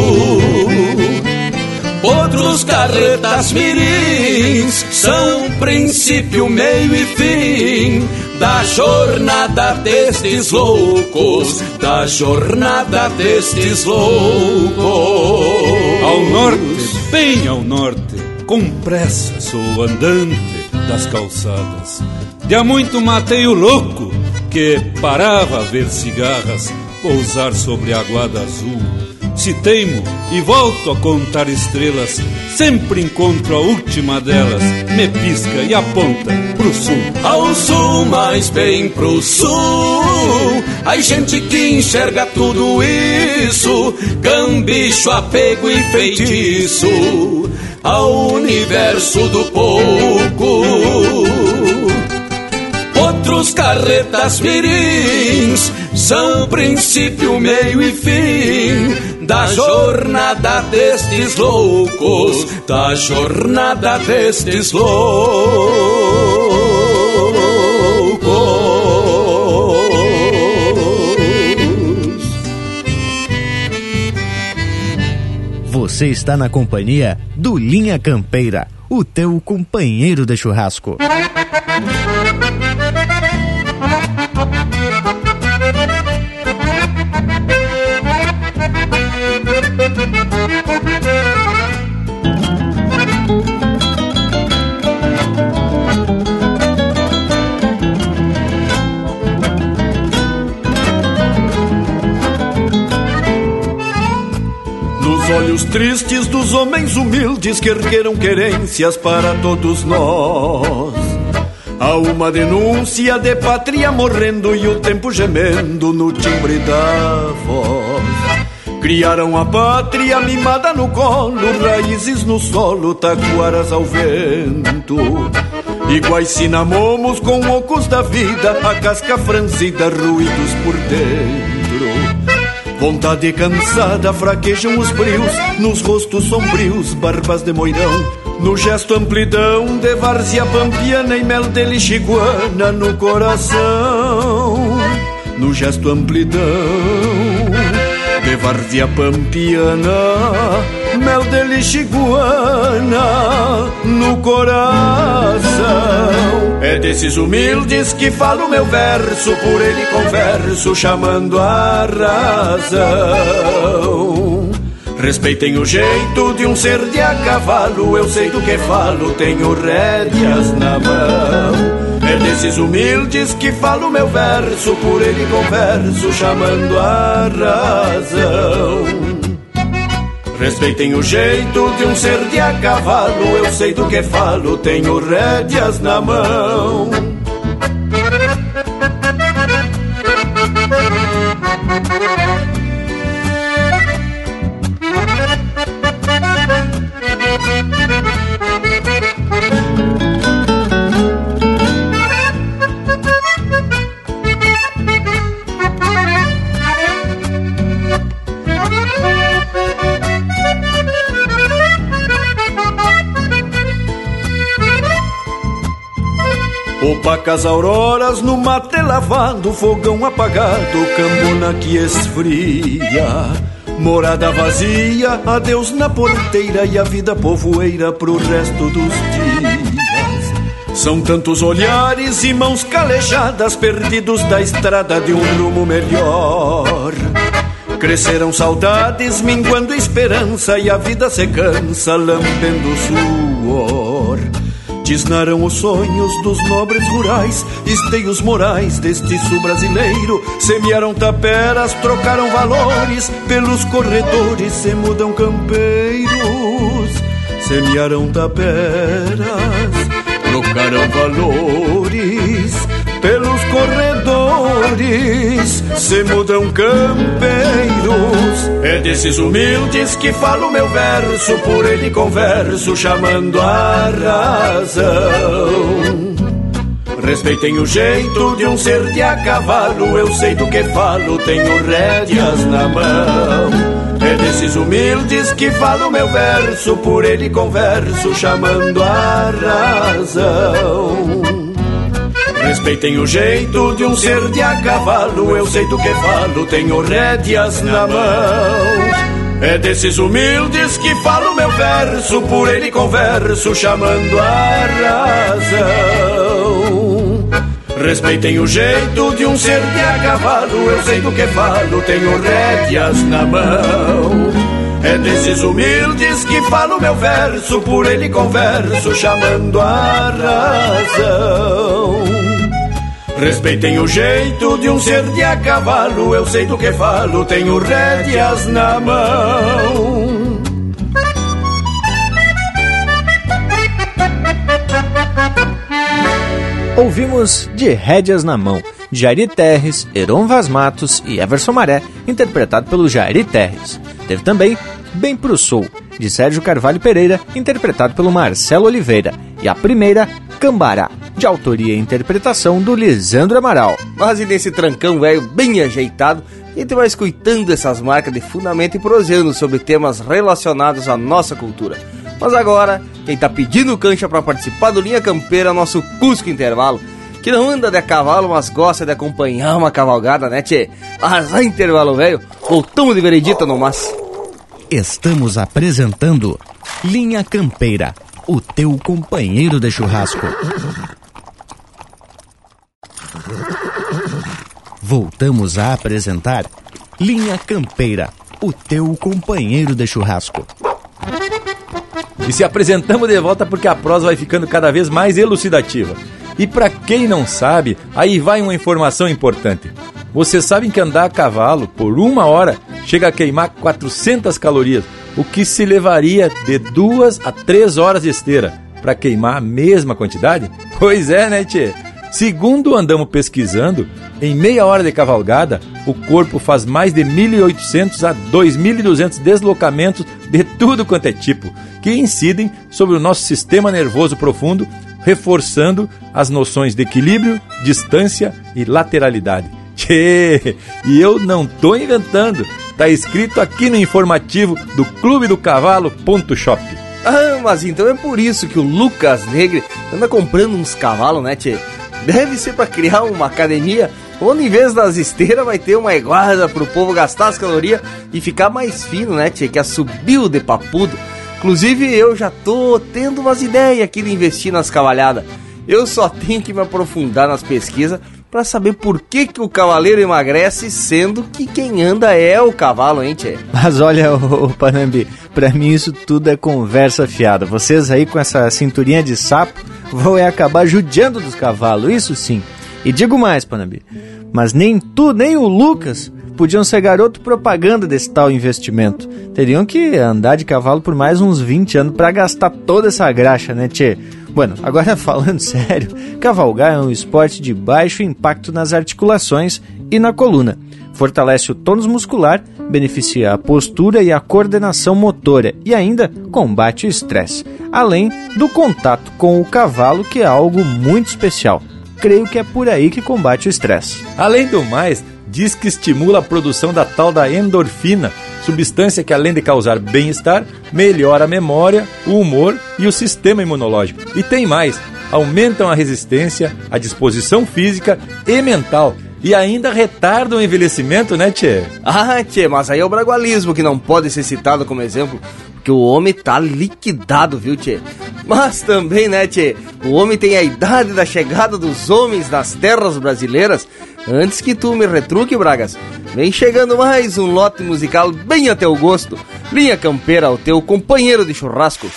Outros carretas mirins são princípio, meio e fim da jornada destes loucos, da jornada destes loucos. Ao norte, bem ao norte, com pressa sou andante das calçadas. De há muito matei o louco que parava a ver cigarras pousar sobre a aguada azul Se teimo e volto a contar estrelas, sempre encontro a última delas, me pisca e aponta pro sul. Ao sul, mas bem pro sul, ai gente que enxerga tudo isso, cambicho, apego e feitiço ao universo do pouco. Outros carretas mirins são princípio, meio e fim da jornada destes loucos, da jornada destes loucos. Você está na companhia do Linha Campeira, o teu companheiro de churrasco. Olhos tristes dos homens humildes que ergueram querências para todos nós. Há uma denúncia de pátria morrendo e o tempo gemendo no timbre da voz. Criaram a pátria mimada no colo, raízes no solo, taquaras ao vento. Iguais cinamomos com ocos da vida, a casca franzida, ruídos por dentro. Vontade cansada, fraquejam os brios, nos rostos sombrios, barbas de moirão. No gesto amplidão de várzea pampiana e mel de lixiguana no coração. No gesto amplidão de várzea pampiana, mel de lixiguana no coração. É desses humildes que falo meu verso, por ele converso, chamando a razão. Respeitem o jeito de um ser de a cavalo, eu sei do que falo, tenho rédeas na mão. É desses humildes que falo meu verso, por ele converso, chamando a razão. Respeitem o jeito de um ser de a cavalo, eu sei do que falo, tenho rédeas na mão. Opacas auroras no mate lavado, fogão apagado, cambona que esfria. Morada vazia, adeus na porteira e a vida povoeira pro resto dos dias. São tantos olhares e mãos calejadas, perdidos da estrada de um rumo melhor. Cresceram saudades, minguando esperança, e a vida se cansa, lambendo suor. Tisnaram os sonhos dos nobres rurais, esteios morais deste sul brasileiro. Semearam taperas, trocaram valores, pelos corredores se mudam campeiros. Semearam taperas, trocaram valores, pelos corredores se mudam campeiros. É desses humildes que falo meu verso, por ele converso, chamando a razão. Respeitem o jeito de um ser de a cavalo, eu sei do que falo, tenho rédeas na mão. É desses humildes que falo meu verso, por ele converso, chamando a razão. Respeitem o jeito de um ser de a cavalo, eu sei do que falo, tenho rédeas na mão. É desses humildes que falo meu verso, por ele converso, chamando a razão. Respeitem o jeito de um ser de a cavalo, eu sei do que falo, tenho rédeas na mão. É desses humildes que falo meu verso, por ele converso, chamando a razão. Respeitem o jeito de um ser de a cavalo, eu sei do que falo, tenho rédeas na mão. Ouvimos De Rédeas na Mão, de Jairi Terres, Heron Vaz Matos e Everson Maré, interpretado pelo Jairi Terres. Teve também Bem Pro Sul, de Sérgio Carvalho Pereira, interpretado pelo Marcelo Oliveira. E a primeira, Cambará, de autoria e interpretação do Lisandro Amaral. Mas e nesse trancão velho bem ajeitado, a gente vai escutando essas marcas de fundamento e prosseando sobre temas relacionados à nossa cultura. Mas agora, quem tá pedindo cancha para participar do Linha Campeira é o nosso Cusco Intervalo, que não anda de a cavalo, mas gosta de acompanhar uma cavalgada, né, tchê? Arrasar intervalo, velho. Voltamos de veredita no mas. Estamos apresentando Linha Campeira, o teu companheiro de churrasco. Voltamos a apresentar Linha Campeira, o teu companheiro de churrasco. E se apresentamos de volta porque a prosa vai ficando cada vez mais elucidativa. E para quem não sabe, aí vai uma informação importante. Vocês sabem que andar a cavalo por uma hora chega a queimar quatrocentas calorias, o que se levaria de duas a três horas de esteira para queimar a mesma quantidade? Pois é, né, tchê? Segundo andamos pesquisando, em meia hora de cavalgada, o corpo faz mais de mil e oitocentos a dois mil e duzentos deslocamentos de tudo quanto é tipo, que incidem sobre o nosso sistema nervoso profundo, reforçando as noções de equilíbrio, distância e lateralidade. Tchê, e eu não tô inventando, tá escrito aqui no informativo do clube do cavalo ponto shop. Ah, mas então é por isso que o Lucas Negre anda comprando uns cavalos, né, tchê? Deve ser para criar uma academia onde em vez das esteiras vai ter uma iguada pro povo gastar as calorias e ficar mais fino, né, tchê? Que subiu de papudo. Inclusive eu já tô tendo umas ideias aqui de investir nas cavalhadas. Eu só tenho que me aprofundar nas pesquisas para saber por que, que o cavaleiro emagrece, sendo que quem anda é o cavalo, hein, tchê? Mas olha, ô, ô, Panambi, pra mim isso tudo é conversa fiada. Vocês aí com essa cinturinha de sapo vão é acabar judiando dos cavalos, isso sim. E digo mais, Panambi, mas nem tu, nem o Lucas podiam ser garoto propaganda desse tal investimento. Teriam que andar de cavalo por mais uns vinte anos para gastar toda essa graxa, né, tchê? Bueno, agora falando sério, cavalgar é um esporte de baixo impacto nas articulações e na coluna. Fortalece o tônus muscular, beneficia a postura e a coordenação motora e ainda combate o estresse, além do contato com o cavalo, que é algo muito especial. Creio que é por aí que combate o estresse. Além do mais, diz que estimula a produção da tal da endorfina, substância que, além de causar bem-estar, melhora a memória, o humor e o sistema imunológico. E tem mais, aumentam a resistência, a disposição física e mental, e ainda retardam o envelhecimento, né, tchê? Ah, tchê, mas aí é o bragualismo que não pode ser citado como exemplo, porque o homem tá liquidado, viu, tchê? Mas também, né, tchê, o homem tem a idade da chegada dos homens nas terras brasileiras. Antes que tu me retruque, Bragas, vem chegando mais um lote musical bem a teu gosto. Linha Campeira, o teu companheiro de churrasco.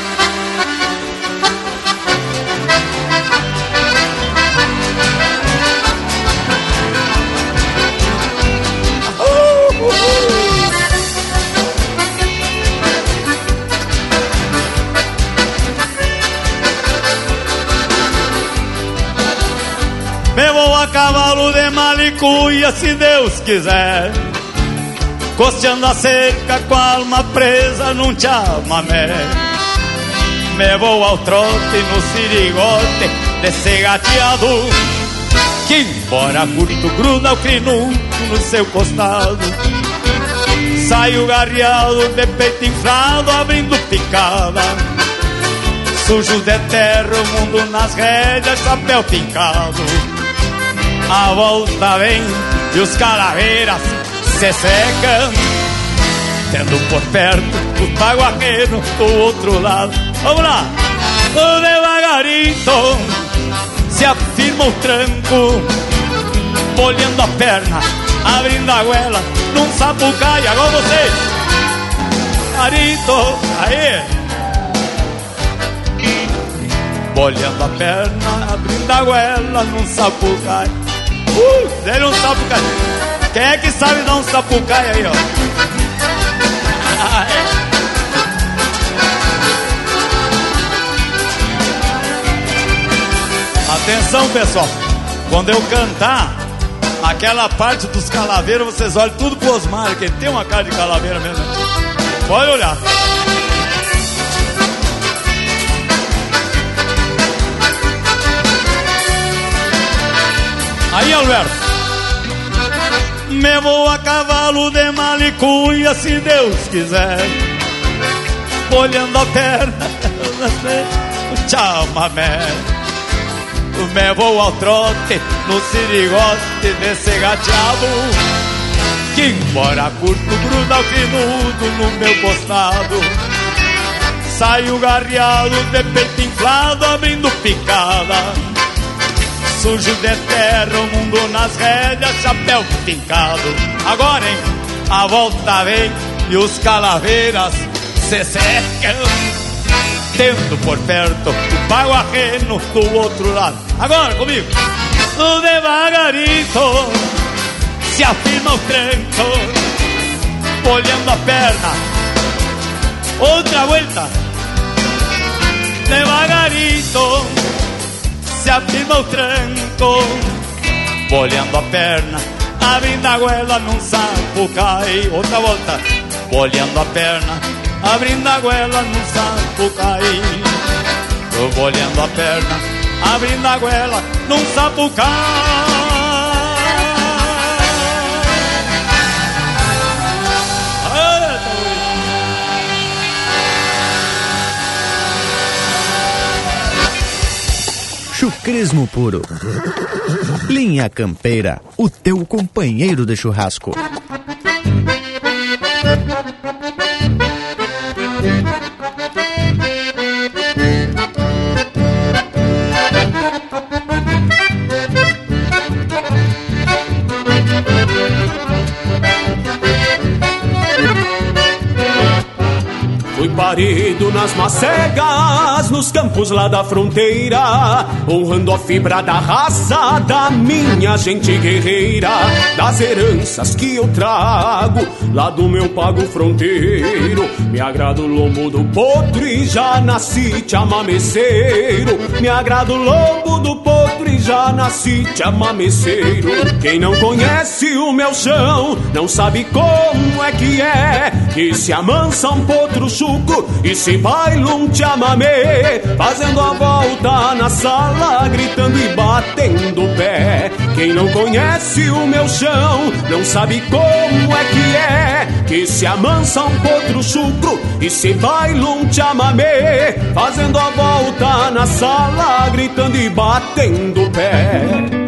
Me vou a cavalo de malicuia, se Deus quiser, costeando a cerca com a alma presa num chamamé. Me vou ao trote no sirigote desse gateado, que embora curto gruda o crino no seu costado. Saio garreado de peito inflado abrindo picada, sujo de terra o mundo nas rédeas, chapéu pincado. A volta vem e os calaveiras se secam, tendo por perto o taguaqueiro do outro lado. Vamos lá! Devagarito se afirma o tranco, bolhando a perna, abrindo a goela num sapucaia. Agora vocês! Garito, aí! bolhando a perna, abrindo a goela num sapucai. Uh, sério, um sapucai. Quem é que sabe dar um sapucai aí, ó? Ah, é. Atenção, pessoal, quando eu cantar aquela parte dos calaveiros, vocês olhem tudo pro Osmar, que ele tem uma cara de calaveira mesmo. Pode olhar. Aí, Alberto. Me vou a cavalo de malicuia, se Deus quiser, olhando a perna, tchau, mamé. Me vou ao trote, no sirigote desse gateado, que embora curto gruda o crinudo no meu costado. Saio garreado de peito inflado, abrindo picada, sujo de terra, o mundo nas rédeas, chapéu fincado. Agora, hein, a volta vem e os calaveiras se secam, tendo por perto o pago arreno do outro lado. Agora comigo. No devagarito se afirma o tranco, olhando a perna. Outra vuelta. Devagarito se afirma o tranco, olhando a perna, abrindo a goela num sapucai. Outra volta. Olhando a perna, abrindo a goela num sapucai. Tô olhando a perna, abrindo a goela num sapucai. Chucrismo puro. Linha Campeira, o teu companheiro de churrasco. Fui parido nas macegas, nos campos lá da fronteira, honrando a fibra da raça da minha gente guerreira, das heranças que eu trago lá do meu pago fronteiro. Me agrada o lombo do potro e já nasci chamameceiro. Me agrada o lombo do potro e já nasci chamameceiro. Quem não conhece o meu chão não sabe como é que é que se amansa um potro chucro e se baila um chamamé, fazendo a volta na sala, gritando e batendo o pé. Quem não conhece o meu chão não sabe como é que é que se amansa um potro chucro e se baila um chamamé, fazendo a volta na sala, gritando e batendo o pé.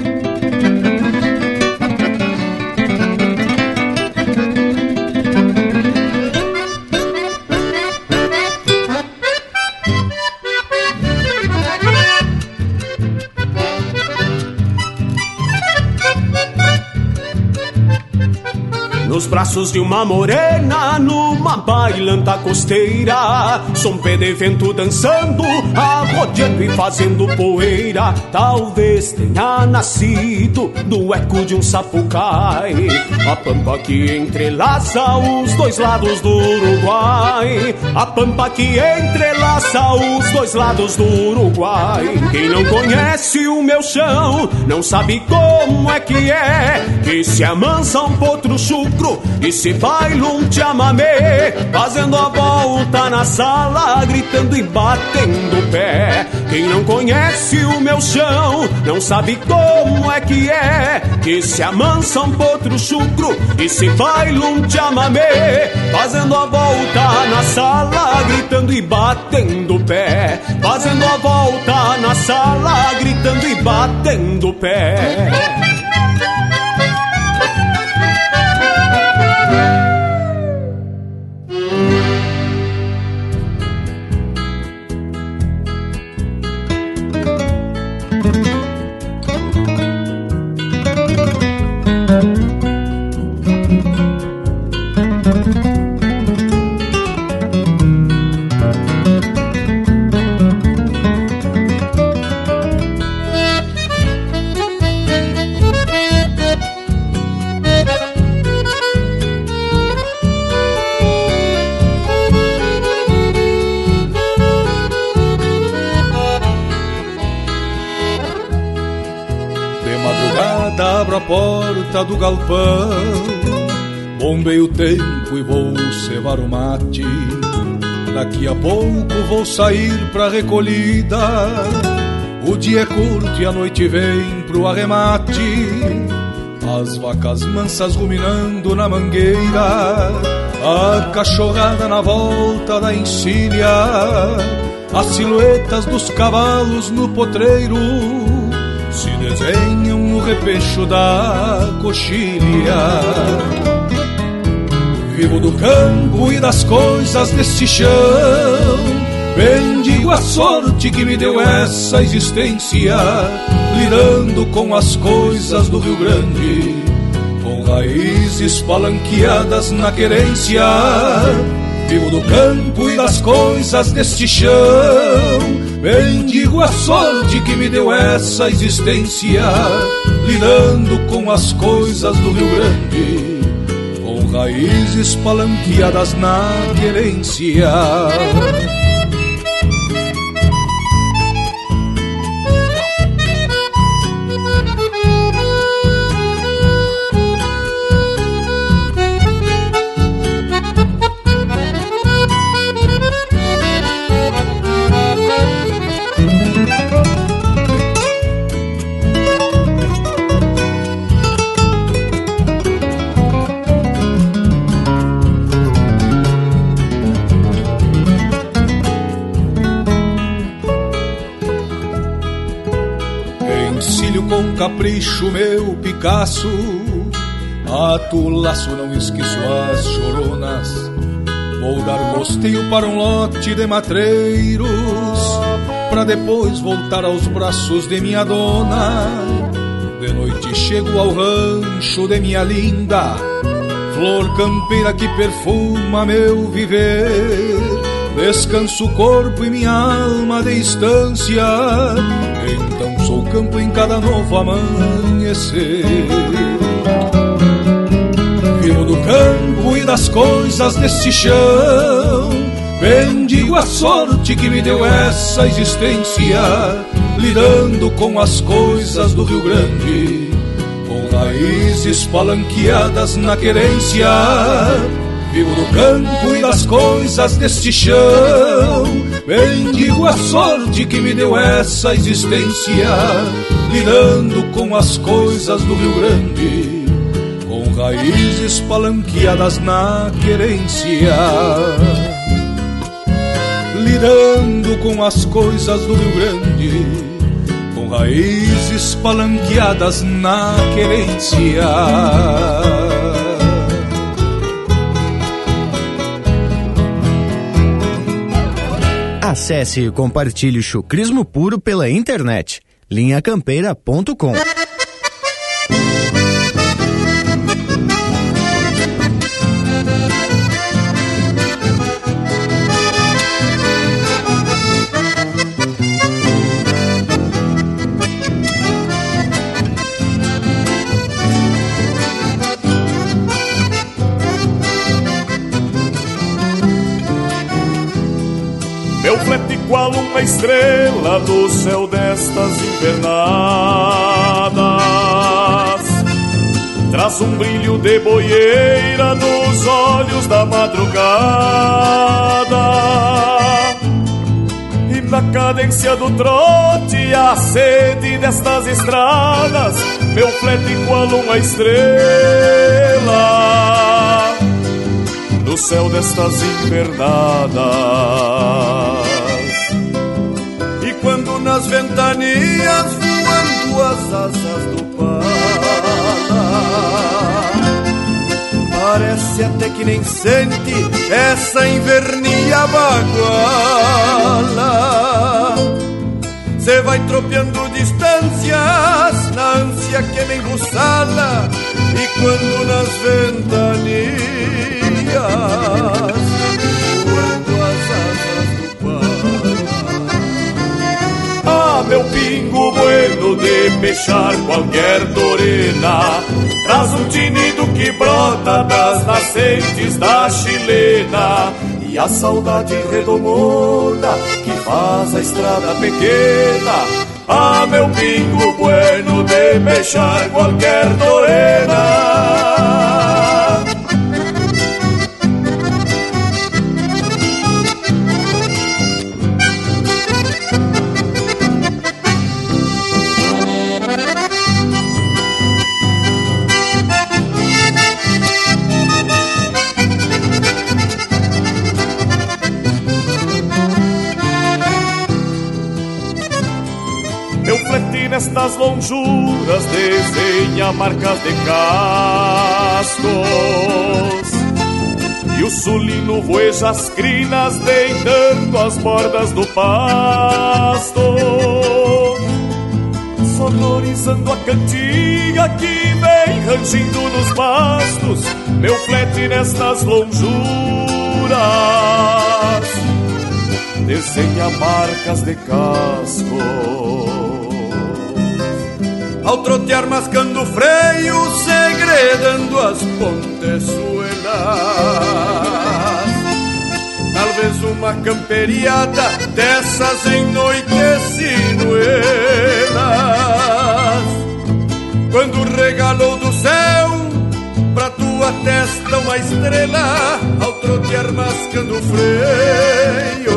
Nos braços de uma morena, numa bailanta costeira, som pé de vento dançando, arrodeando e fazendo poeira. Talvez tenha nascido do eco de um sapucai, a pampa que entrelaça os dois lados do Uruguai. A pampa que entrelaça os dois lados do Uruguai. Quem não conhece o meu chão não sabe como é que é que se amansa um potro chucro e se baila um chamamé, fazendo a volta na sala, gritando e batendo o pé. Quem não conhece o meu chão não sabe como é que é que se amansa um potro chucro e se baila um chamamé, fazendo a volta na sala, gritando e batendo o pé. Fazendo a volta na sala, gritando e batendo o pé. porta do galpão. Bombei o tempo e vou cevar o mate. Daqui a pouco vou sair pra recolhida. O dia é curto e a noite vem pro arremate. As vacas mansas ruminando na mangueira, a cachorrada na volta da encilha, as silhuetas dos cavalos no potreiro se desenham no repecho da coxilha. Vivo do campo e das coisas deste chão, bendigo a sorte que me deu essa existência, lidando com as coisas do Rio Grande, com raízes palanqueadas na querência. Vivo do campo e das coisas deste chão, bendigo a sorte que me deu essa existência, lidando com as coisas do Rio Grande, com raízes palanqueadas na querência. Capricho meu Picasso, ato o laço, não esqueço as choronas. Vou dar gosteio para um lote de matreiros, pra depois voltar aos braços de minha dona. De noite chego ao rancho de minha linda, flor campeira que perfuma meu viver. Descanso o corpo e minha alma de estância, então sou campo em cada novo amanhecer. Vivo do campo e das coisas deste chão, bendigo a sorte que me deu essa existência, lidando com as coisas do Rio Grande, com raízes palanqueadas na querência. Vivo do campo e das coisas deste chão, bendigo a sorte que me deu essa existência, lidando com as coisas do Rio Grande, com raízes palanqueadas na querência. Lidando com as coisas do Rio Grande, com raízes palanqueadas na querência. Acesse e compartilhe o chucrismo puro pela internet. linha campeira ponto com. Meu flete igual uma estrela do céu destas invernadas, traz um brilho de boieira nos olhos da madrugada, e na cadência do trote a sede destas estradas, meu flete igual uma estrela no céu destas invernadas. E quando nas ventanias voando as asas do pala, parece até que nem sente essa invernia baguala. Cê vai tropeando distâncias na ânsia que me embuçala, e quando nas ventanias voando as asas do pala, ah, meu pingo bueno de peixar qualquer dorena, traz um tinido que brota das nascentes da chilena, e a saudade redomona que faz a estrada pequena Ah, meu pingo bueno de pechar qualquer torena. Meu flete nestas lonjuras desenha marcas de cascos, e o sulino voeja as crinas deitando as bordas do pasto, sonorizando a cantiga que vem rangindo nos bastos. Meu flete nestas lonjuras desenha marcas de cascos. Ao trotear mascando o freio, segredando as pontezuelas, talvez uma camperiada dessas em noites sinuelas. Quando regalou do céu pra tua testa uma estrela, ao trotear mascando o freio,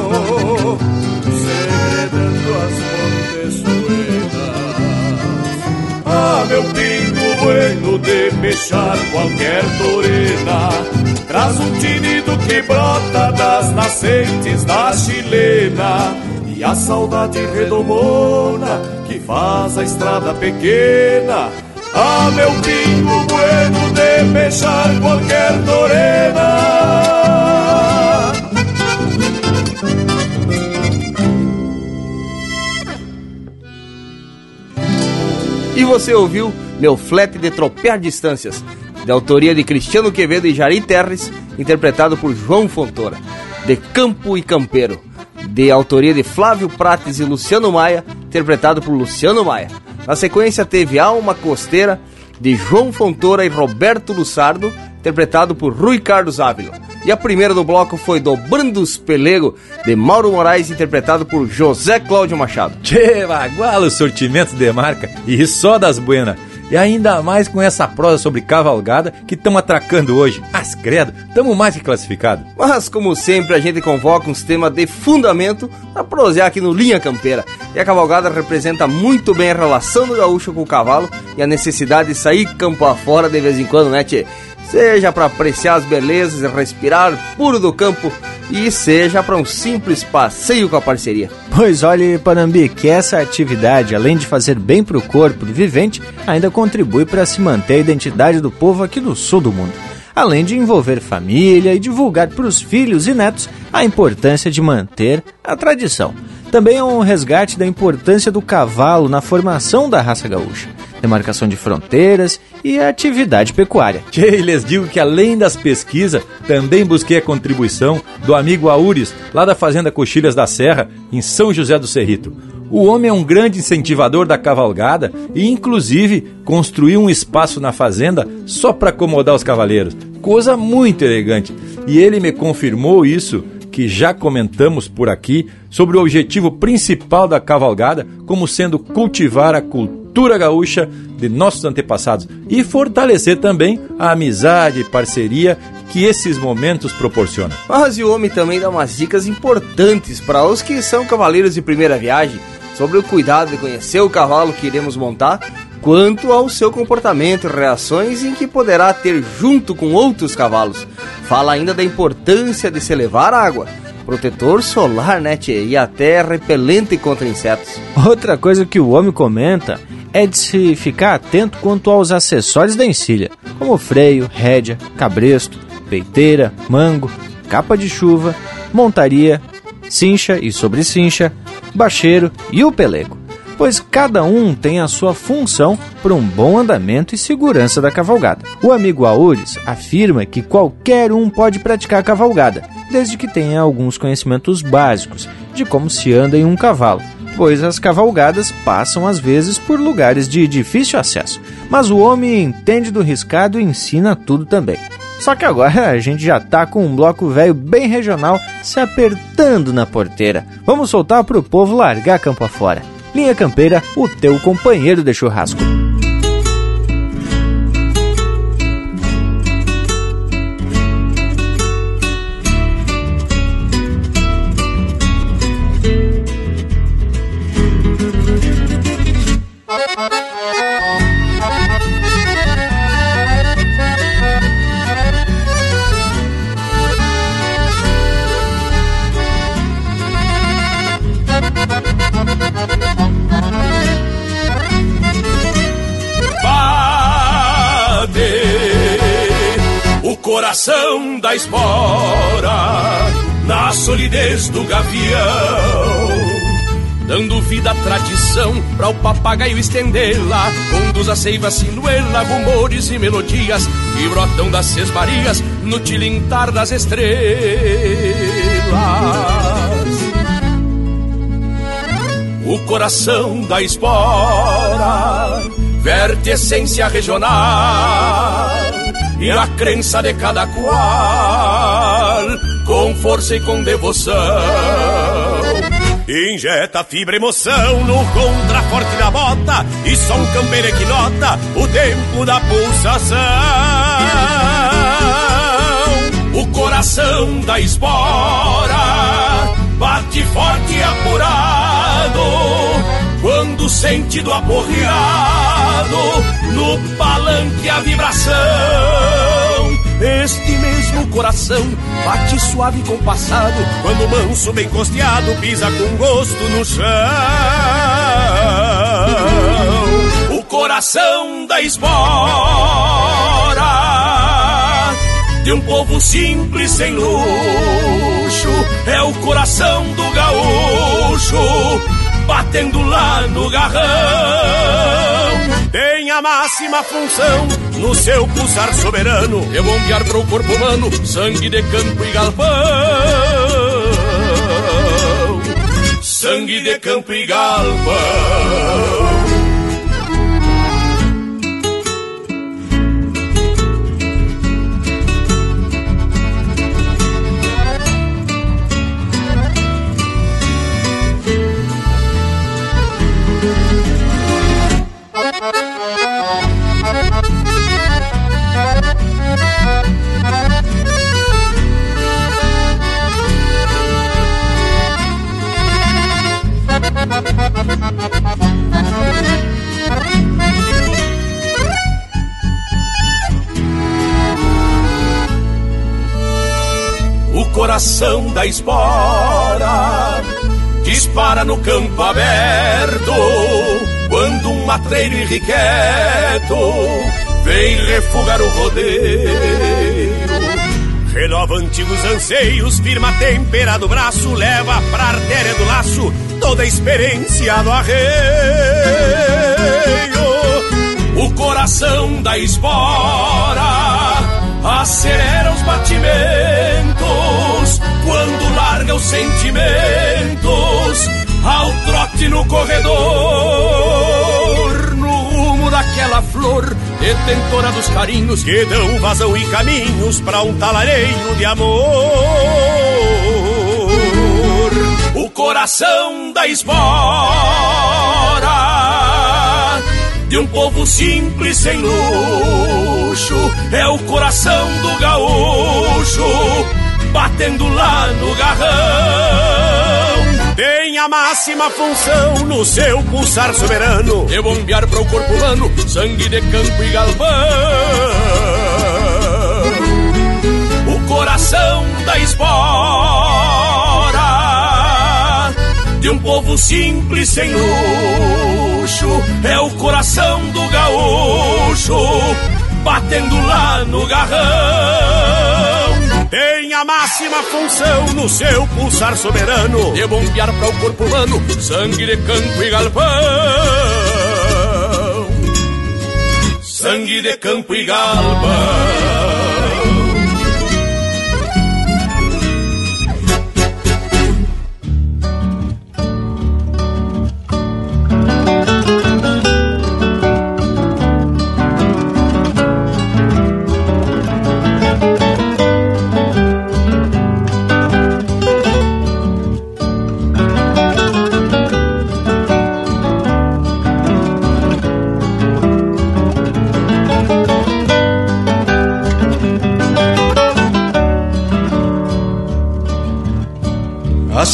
segredando as pontezuelas. Ah, meu pingo bueno de pechar qualquer torena, traz um tinido que brota das nascentes da chilena, e a saudade redomona que faz a estrada pequena. Ah, meu pingo bueno de pechar qualquer torena. E você ouviu Meu Flete de Tropear Distâncias, de autoria de Cristiano Quevedo e Jari Terres, interpretado por João Fontoura. De Campo e Campeiro, de autoria de Flávio Prates e Luciano Maia, interpretado por Luciano Maia. Na sequência teve Alma Costeira, de João Fontoura e Roberto Lussardo, interpretado por Rui Carlos Ávila. E a primeira do bloco foi Dobrando os Pelego, de Mauro Moraes, interpretado por José Cláudio Machado. Tchê, baguala o sortimento de marca, e só das buenas. E ainda mais com essa prosa sobre cavalgada que estamos atracando hoje. As credo, estamos mais que classificados. Mas como sempre a gente convoca uns temas de fundamento para prosear aqui no Linha Campeira. E a cavalgada representa muito bem a relação do gaúcho com o cavalo e a necessidade de sair campo afora de vez em quando, né, tchê? Seja para apreciar as belezas e respirar puro do campo, e seja para um simples passeio com a parceria. Pois olhe, Panambi, que essa atividade, além de fazer bem para o corpo do vivente, ainda contribui para se manter a identidade do povo aqui do sul do mundo. Além de envolver família e divulgar para os filhos e netos a importância de manter a tradição. Também é um resgate da importância do cavalo na formação da raça gaúcha, demarcação de fronteiras e atividade pecuária. Tchê, lhes digo que além das pesquisas, também busquei a contribuição do amigo Aures, lá da Fazenda Coxilhas da Serra, em São José do Cerrito. O homem é um grande incentivador da cavalgada e, inclusive, construiu um espaço na fazenda só para acomodar os cavaleiros. Coisa muito elegante. E ele me confirmou isso, que já comentamos por aqui, sobre o objetivo principal da cavalgada, como sendo cultivar a cultura gaúcha de nossos antepassados e fortalecer também a amizade e parceria que esses momentos proporcionam. Mas o homem também dá umas dicas importantes para os que são cavaleiros de primeira viagem, sobre o cuidado de conhecer o cavalo que iremos montar, quanto ao seu comportamento e reações em que poderá ter junto com outros cavalos. Fala ainda da importância de se levar água, protetor solar, né, tchê? E até repelente contra insetos. Outra coisa que o homem comenta é de se ficar atento quanto aos acessórios da encilha, como freio, rédea, cabresto, peiteira, mango, capa de chuva, montaria, cincha e sobrecincha, bacheiro e o pelego, pois cada um tem a sua função para um bom andamento e segurança da cavalgada. O amigo Aures afirma que qualquer um pode praticar a cavalgada, desde que tenha alguns conhecimentos básicos de como se anda em um cavalo, pois as cavalgadas passam às vezes por lugares de difícil acesso. Mas o homem entende do riscado e ensina tudo também. Só que agora a gente já tá com um bloco velho bem regional se apertando na porteira. Vamos soltar pro povo largar campo afora. Linha Campeira, o teu companheiro de churrasco. Coração da espora na solidez do gavião, dando vida à tradição pra o papagaio estendê-la. Conduz a seiva sinuela, rumores e melodias que brotam das sesmarias no tilintar das estrelas. O coração da espora verte essência regional e a crença de cada qual, com força e com devoção, injeta fibra e emoção no contraforte da bota, e só um campeiro é que nota o tempo da pulsação. O coração da espora bate forte e apurado quando sente do aporreado no palanque a vibração. Este mesmo coração bate suave e compassado quando manso bem costeado pisa com gosto no chão. O coração da espora de um povo simples sem luxo é o coração do gaúcho batendo lá no garrão. Tem a máxima função no seu pulsar soberano é bombear pro corpo humano sangue de campo e galpão. Sangue de campo e galpão. O coração da espora dispara no campo aberto quando um matreiro irrequieto vem refugar o rodeio. Renova antigos anseios, firma a tempera do braço, leva pra artéria do laço toda a experiência do arreio. O coração da espora acelera os batimentos quando larga os sentimentos ao trote no corredor, no rumo daquela flor detentora dos carinhos que dão vazão e caminhos pra um talareio de amor. O coração da espora de um povo simples sem luxo é o coração do gaúcho batendo lá no garrão. Tem a máxima função no seu pulsar soberano é bombear pro corpo humano sangue de campo e galpão. O coração da espora de um povo simples sem luxo é o coração do gaúcho batendo lá no garrão. Tem a máxima função no seu pulsar soberano de bombear para o corpo humano sangue de campo e galpão. Sangue de campo e galpão.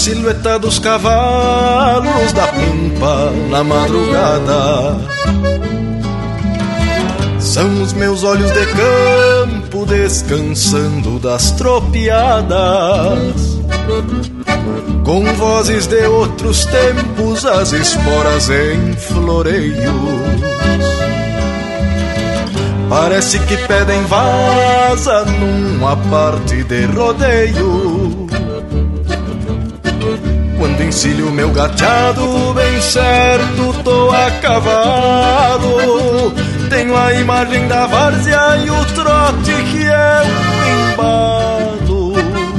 silhueta dos cavalos da pampa na madrugada. São os meus olhos de campo descansando das tropiadas, com vozes de outros tempos, as esporas em floreios. Parece que pedem vaza numa parte de rodeio. Quando encilho meu gateado, bem certo tô a cavalo. Tenho a imagem da várzea e o trote que é um embalo.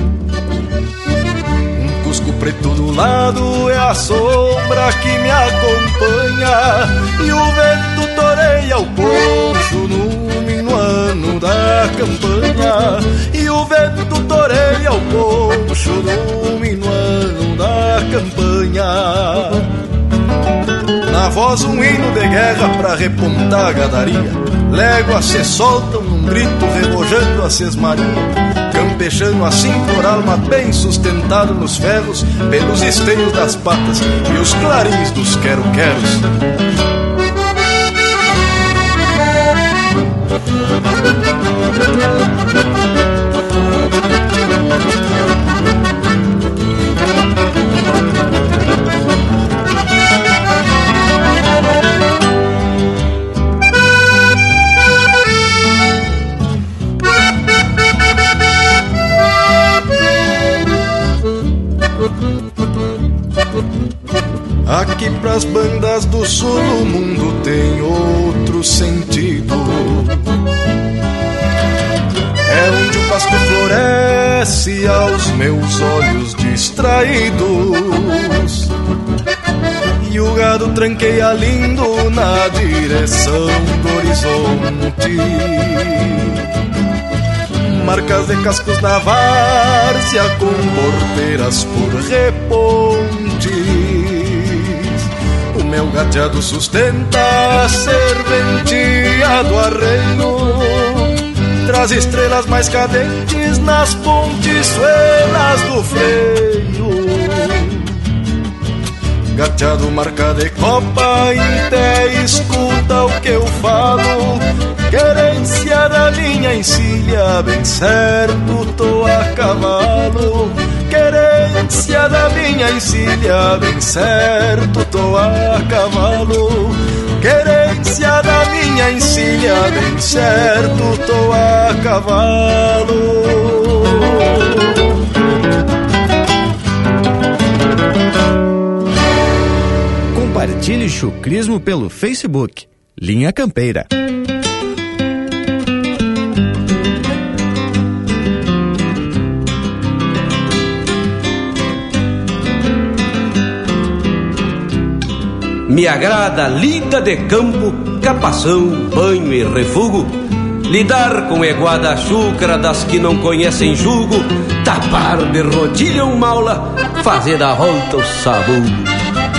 Um cusco preto do lado é a sombra que me acompanha, e o vento toreia o poncho no minuano da campanha. E o vento toreia o poncho no minuano da campanha. Na voz um hino de guerra pra repontar a gadaria. Léguas se soltam num grito rebojando a sesmaria, campechando assim por alma bem sustentado nos ferros, pelos esteios das patas e os clarins dos quero-queros. Aqui pras bandas do sul o mundo tem outro sentido. É onde o pasto floresce aos meus olhos distraídos, e o gado tranqueia lindo na direção do horizonte. Marcas de cascos na várzea com porteiras por repontes. O meu gateado sustenta a serventia do arreio, traz estrelas mais cadentes nas pontiçuelas do freio. Gateado marca de copa, até escuta o que eu falo. Querência da minha encilha, bem certo tô a cavalo. Querência da minha encilha, bem certo tô a cavalo. Querência da minha encilha, bem certo tô a cavalo. Compartilhe chucrismo pelo Facebook. Linha Campeira. Me agrada a lida de campo, capação, banho e refugo, lidar com eguada chúcara das que não conhecem jugo, tapar de rodilha um maula, fazer da volta o sabugo.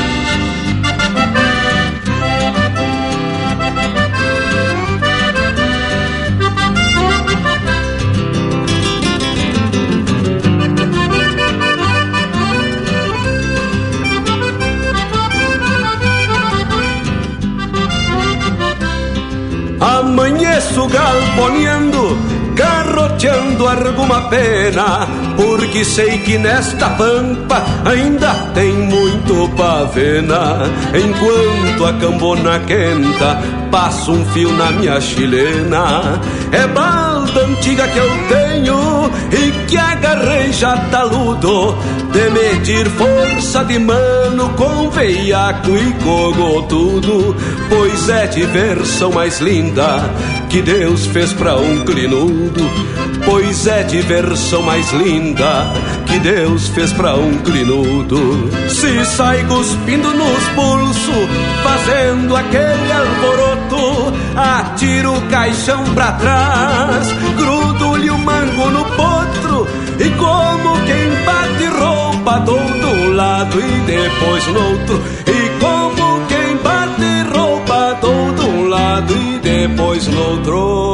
Amanheço galponeando, garroteando alguma pena, porque sei que nesta pampa ainda tem muito pavena. Enquanto a cambona quenta, passo um fio na minha chilena. É balda antiga que eu tenho e que agarrei já taludo, de medir força de mano com veiaco e cogotudo. Pois é diversão mais linda que Deus fez pra um clinudo. Pois é diversão mais linda que Deus fez pra um clinudo. Se sai cuspindo nos pulsos, fazendo aquele alboroto, atiro o caixão pra trás, grudo-lhe o mango no potro, e como quem bate roupa de um lado e depois no outro, e como quem bate roupa de um lado e depois no outro.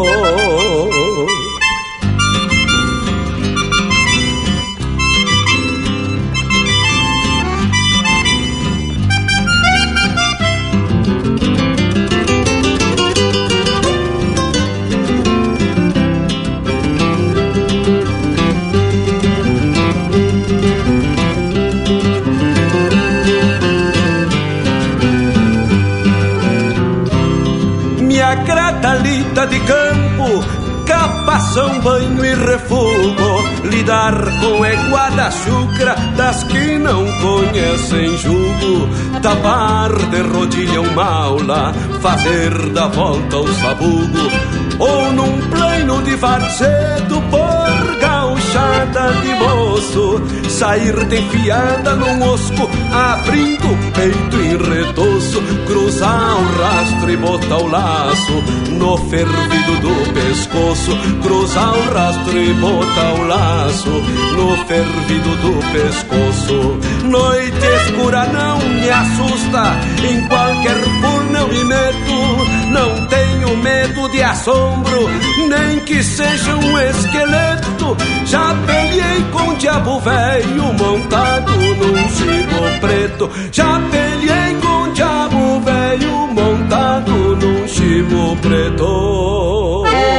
ração, banho e refugo, lidar com iguada chucra das que não conhecem jugo, tapar de rodilha um maula, fazer da volta o sabugo, ou num plano de varzedo por gauchada de moço, sair de fiada num osco, abrindo o peito em retoço, cruzar o rastro e botar o laço no fervido do pescoço, cruzar o rastro e botar o laço no fervido do pescoço. Noite escura não me assusta, em qualquer furna eu me meto, não tenho medo de assombro, nem que seja um esqueleto. Já peleei com o diabo velho montado num chico preto, já peleei com o diabo velho montado num chico preto.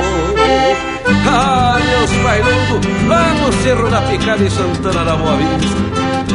Ah, meus bailongos, lá no Cerro da Picada em Santana da Boa Vista.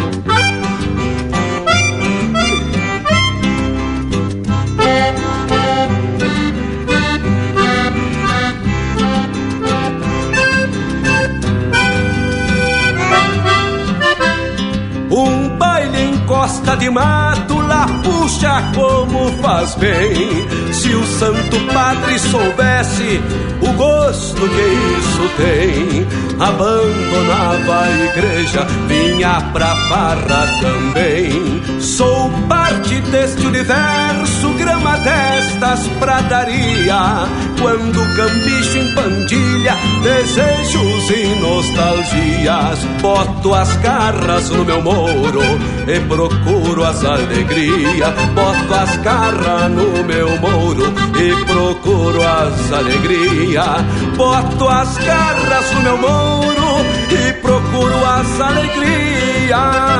Um baile em costa de mato, lá puxa como faz bem. Se o santo padre soubesse o gosto que isso tem, abandonava a igreja, vinha pra farra também. Sou parte deste universo, grama destas pradaria, quando cambicho em pandilha, desejos e nostalgias. Boto as garras no meu moro e procuro as alegrias, boto as garras no meu moro e procuro as alegrias, boto as garras no meu moro e procuro as alegrias.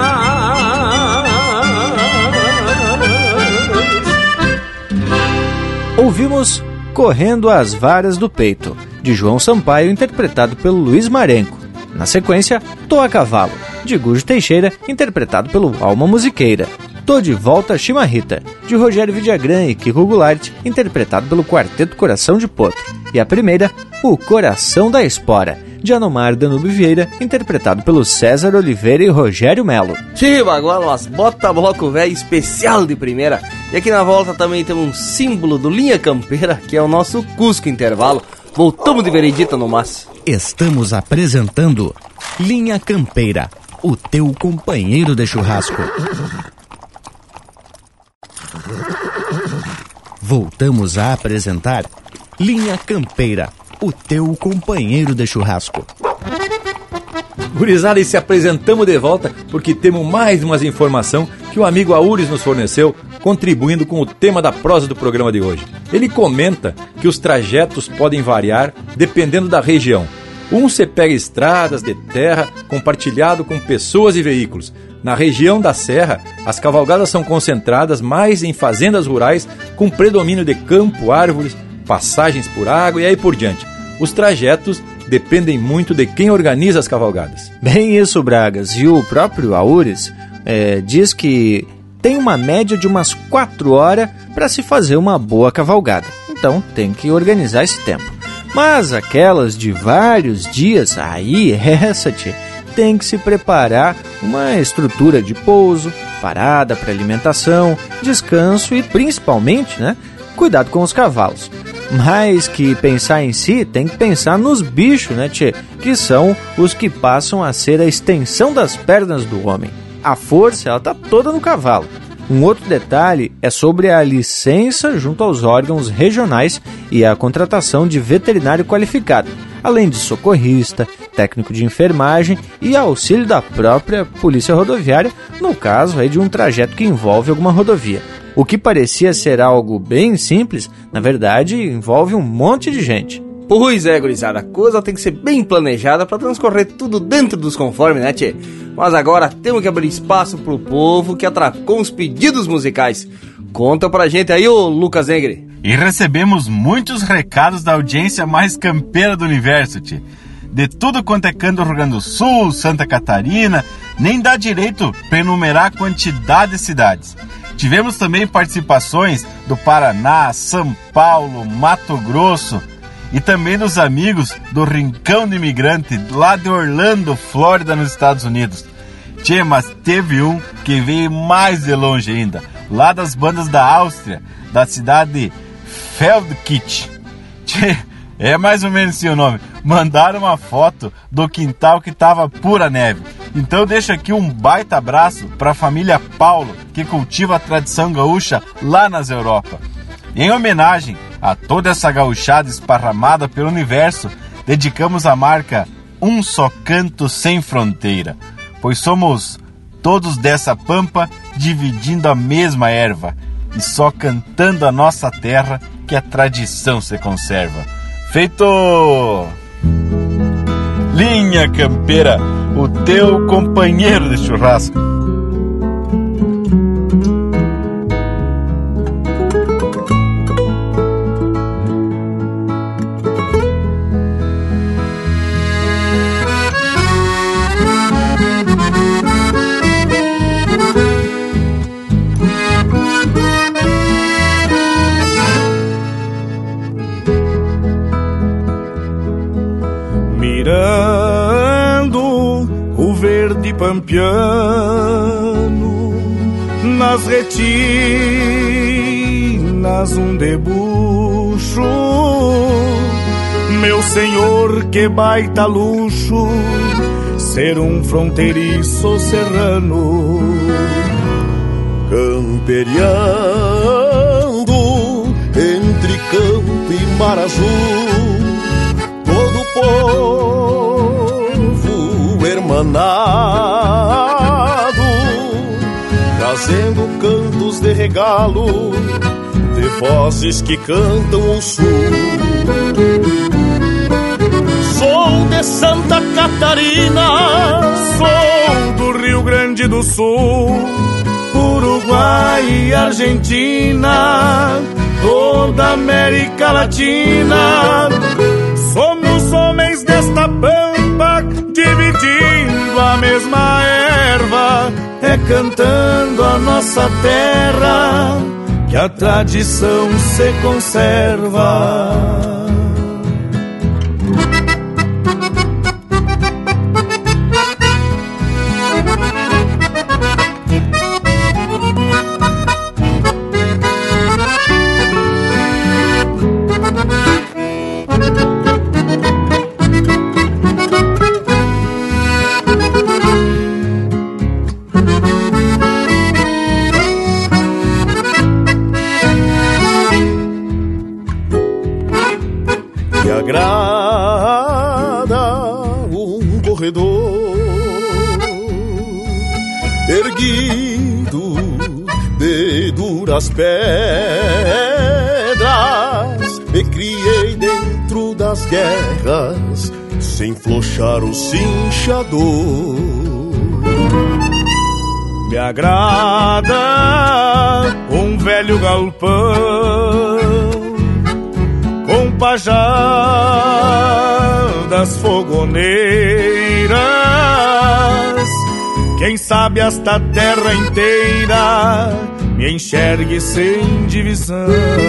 Ouvimos Correndo às Varas do Peito, de João Sampaio, interpretado pelo Luiz Marenco. Na sequência, Tô a Cavalo, de Gujo Teixeira, interpretado pelo Alma Musiqueira. Tô de Volta Chimarrita, de Rogério Vidagrã e Kiko Goulart, interpretado pelo Quarteto Coração de Potro. E a primeira, O Coração da Espora, de Anomar Danúbio Vieira, interpretado pelo César Oliveira e Rogério Melo. Tiva, agora umas bota bloco velho especial de primeira. E aqui na volta também temos um símbolo do Linha Campeira, que é o nosso Cusco Intervalo. Voltamos de veredita no mas. Estamos apresentando Linha Campeira, o teu companheiro de churrasco. Voltamos a apresentar Linha Campeira, o teu companheiro de churrasco. Gurizada, e se apresentamos de volta porque temos mais umas informação que o amigo Aures nos forneceu, contribuindo com o tema da prosa do programa de hoje. Ele comenta que os trajetos podem variar dependendo da região. Um se pega estradas de terra compartilhado com pessoas e veículos. Na região da Serra, as cavalgadas são concentradas mais em fazendas rurais com predomínio de campo, árvores, passagens por água e aí por diante. Os trajetos dependem muito de quem organiza as cavalgadas. Bem isso, Bragas. E o próprio Aures é, diz que tem uma média de umas quatro horas para se fazer uma boa cavalgada. Então tem que organizar esse tempo. Mas aquelas de vários dias, aí essa, tchê, tem que se preparar uma estrutura de pouso, parada para alimentação, descanso e principalmente, né, cuidado com os cavalos. Mais que pensar em si, tem que pensar nos bichos, né, tchê, que são os que passam a ser a extensão das pernas do homem. A força, ela tá toda no cavalo. Um outro detalhe é sobre a licença junto aos órgãos regionais e a contratação de veterinário qualificado, além de socorrista, técnico de enfermagem e auxílio da própria polícia rodoviária, no caso aí de um trajeto que envolve alguma rodovia. O que parecia ser algo bem simples, na verdade envolve um monte de gente. Pois é, gurizada, a coisa tem que ser bem planejada para transcorrer tudo dentro dos conformes, né, tchê? Mas agora temos que abrir espaço pro povo que atracou os pedidos musicais. Conta pra gente aí, ô Lucas Negre. E recebemos muitos recados da audiência mais campeira do universo, tchê. De tudo quanto é canto do Rio Grande do Sul, Santa Catarina, nem dá direito para enumerar a quantidade de cidades. Tivemos também participações do Paraná, São Paulo, Mato Grosso. e também dos amigos do Rincão do Imigrante, lá de Orlando, Flórida, nos Estados Unidos. Tchê, mas teve um que veio mais de longe ainda, lá das bandas da Áustria, da cidade de Feldkirch. Tchê, é mais ou menos assim o nome. Mandaram uma foto do quintal que tava pura neve. Então deixo aqui um baita abraço para a família Paulo, que cultiva a tradição gaúcha lá nas Europa. Em homenagem a toda essa gauchada esparramada pelo universo, dedicamos a marca Um Só Canto Sem Fronteira, pois somos todos dessa pampa dividindo a mesma erva e só cantando a nossa terra que a tradição se conserva. Feito! Linha Campeira, o teu companheiro de churrasco. Pampiano, nas retinas um debuxo, meu senhor, que baita luxo, ser um fronteiriço serrano, camperiando entre campo e mar azul, todo o povo hermanado, trazendo cantos de regalo, de vozes que cantam o sul. Sou de Santa Catarina, sou do Rio Grande do Sul, Uruguai e Argentina, toda a América Latina. Somos homens desta pampa, dividindo a mesma erva, é cantando a nossa terra que a tradição se conserva. Erguido de duras pedras, me criei dentro das guerras, sem flochar o cinchador. Me agrada um velho galpão com pajadas fogoneiras, quem sabe esta terra inteira me enxergue sem divisão.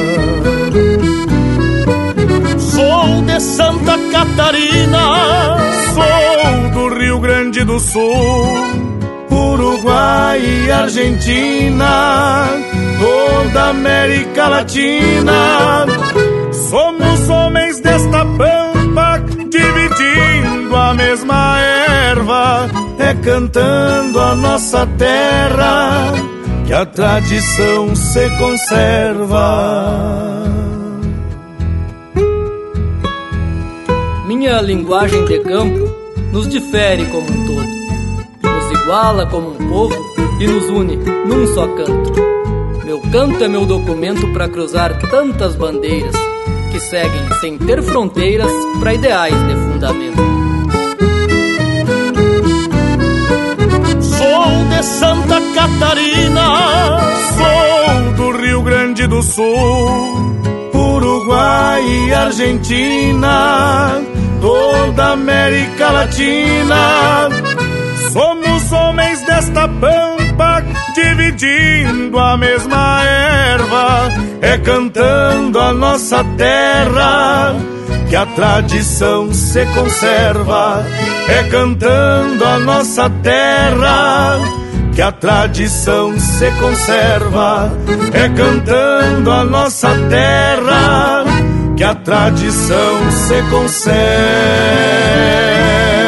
Sou de Santa Catarina, sou do Rio Grande do Sul, Uruguai e Argentina, toda a América Latina. Somos homens desta pampa, dividindo a mesma erva, é cantando a nossa terra que a tradição se conserva. Minha linguagem de campo nos difere como um todo, nos iguala como um povo e nos une num só canto. Meu canto é meu documento para cruzar tantas bandeiras que seguem sem ter fronteiras para ideais de fundamento. Sou de Santa Catarina, sou do Rio Grande do Sul, Uruguai e Argentina, toda a América Latina. Somos homens desta pampa, dividindo a mesma erva, é cantando a nossa terra que a tradição se conserva, é cantando a nossa terra. Que a tradição se conserva, é cantando a nossa terra. Que a tradição se conserva.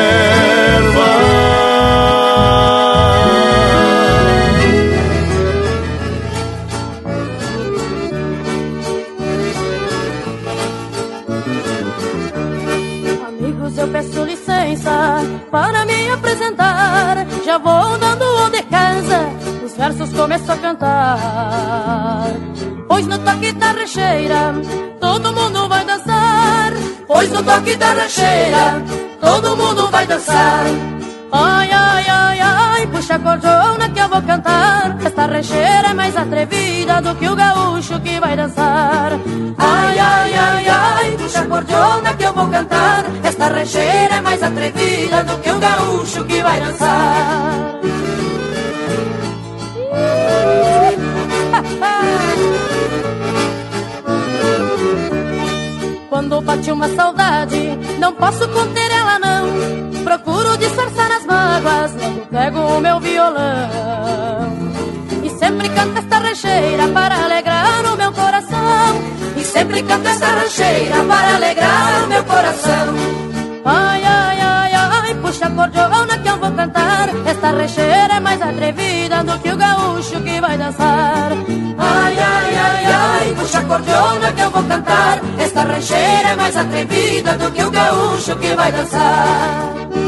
Eu peço licença para me apresentar. Já vou dando o de casa, os versos começo a cantar. Pois no toque da rancheira todo mundo vai dançar. Pois no toque da rancheira todo mundo vai dançar. Ai, ai, ai, ai, puxa a cordona que eu vou cantar. Esta rancheira é mais atrevida do que o gaúcho que vai dançar. Ai, ai, ai, ai, puxa a cordona que eu vou cantar. Esta rancheira é mais atrevida do que o gaúcho que vai dançar. Quando bate uma saudade, não posso conter ela não. Procuro disfarçar as mágoas, logo pego o meu violão. E sempre canto esta rancheira para alegrar o meu coração. E sempre canto esta rancheira para alegrar o meu coração. Ai, ai, ai, ai, puxa a cordona que eu vou cantar. Esta rancheira é mais atrevida do que o gaúcho que vai dançar. Ai, ai, ai, ai, puxa a cordona que eu vou cantar. Esta rancheira é mais atrevida do que o gaúcho que vai dançar.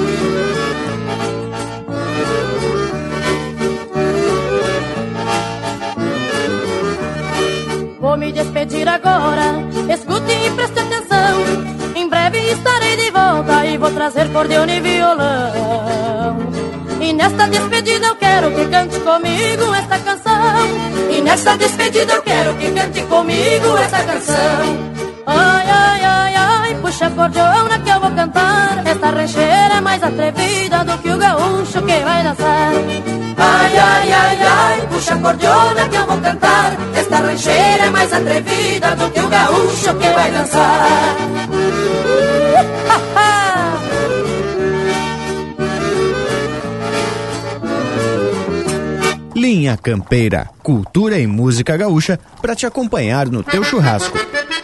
Vou me despedir agora, escute e preste atenção. Em breve estarei de volta e vou trazer cordeona e violão. E nesta despedida eu quero que cante comigo esta canção. E nesta despedida eu quero que cante comigo esta canção. Ai, ai, ai, ai, puxa a cordiona que eu vou cantar. Esta rancheira é mais atrevida do que o gaúcho que vai dançar. Ai, ai, ai, ai, puxa a cordiona que eu vou cantar. Esta rancheira é mais atrevida do que o gaúcho que vai dançar. Linha Campeira, cultura e música gaúcha para te acompanhar no teu churrasco.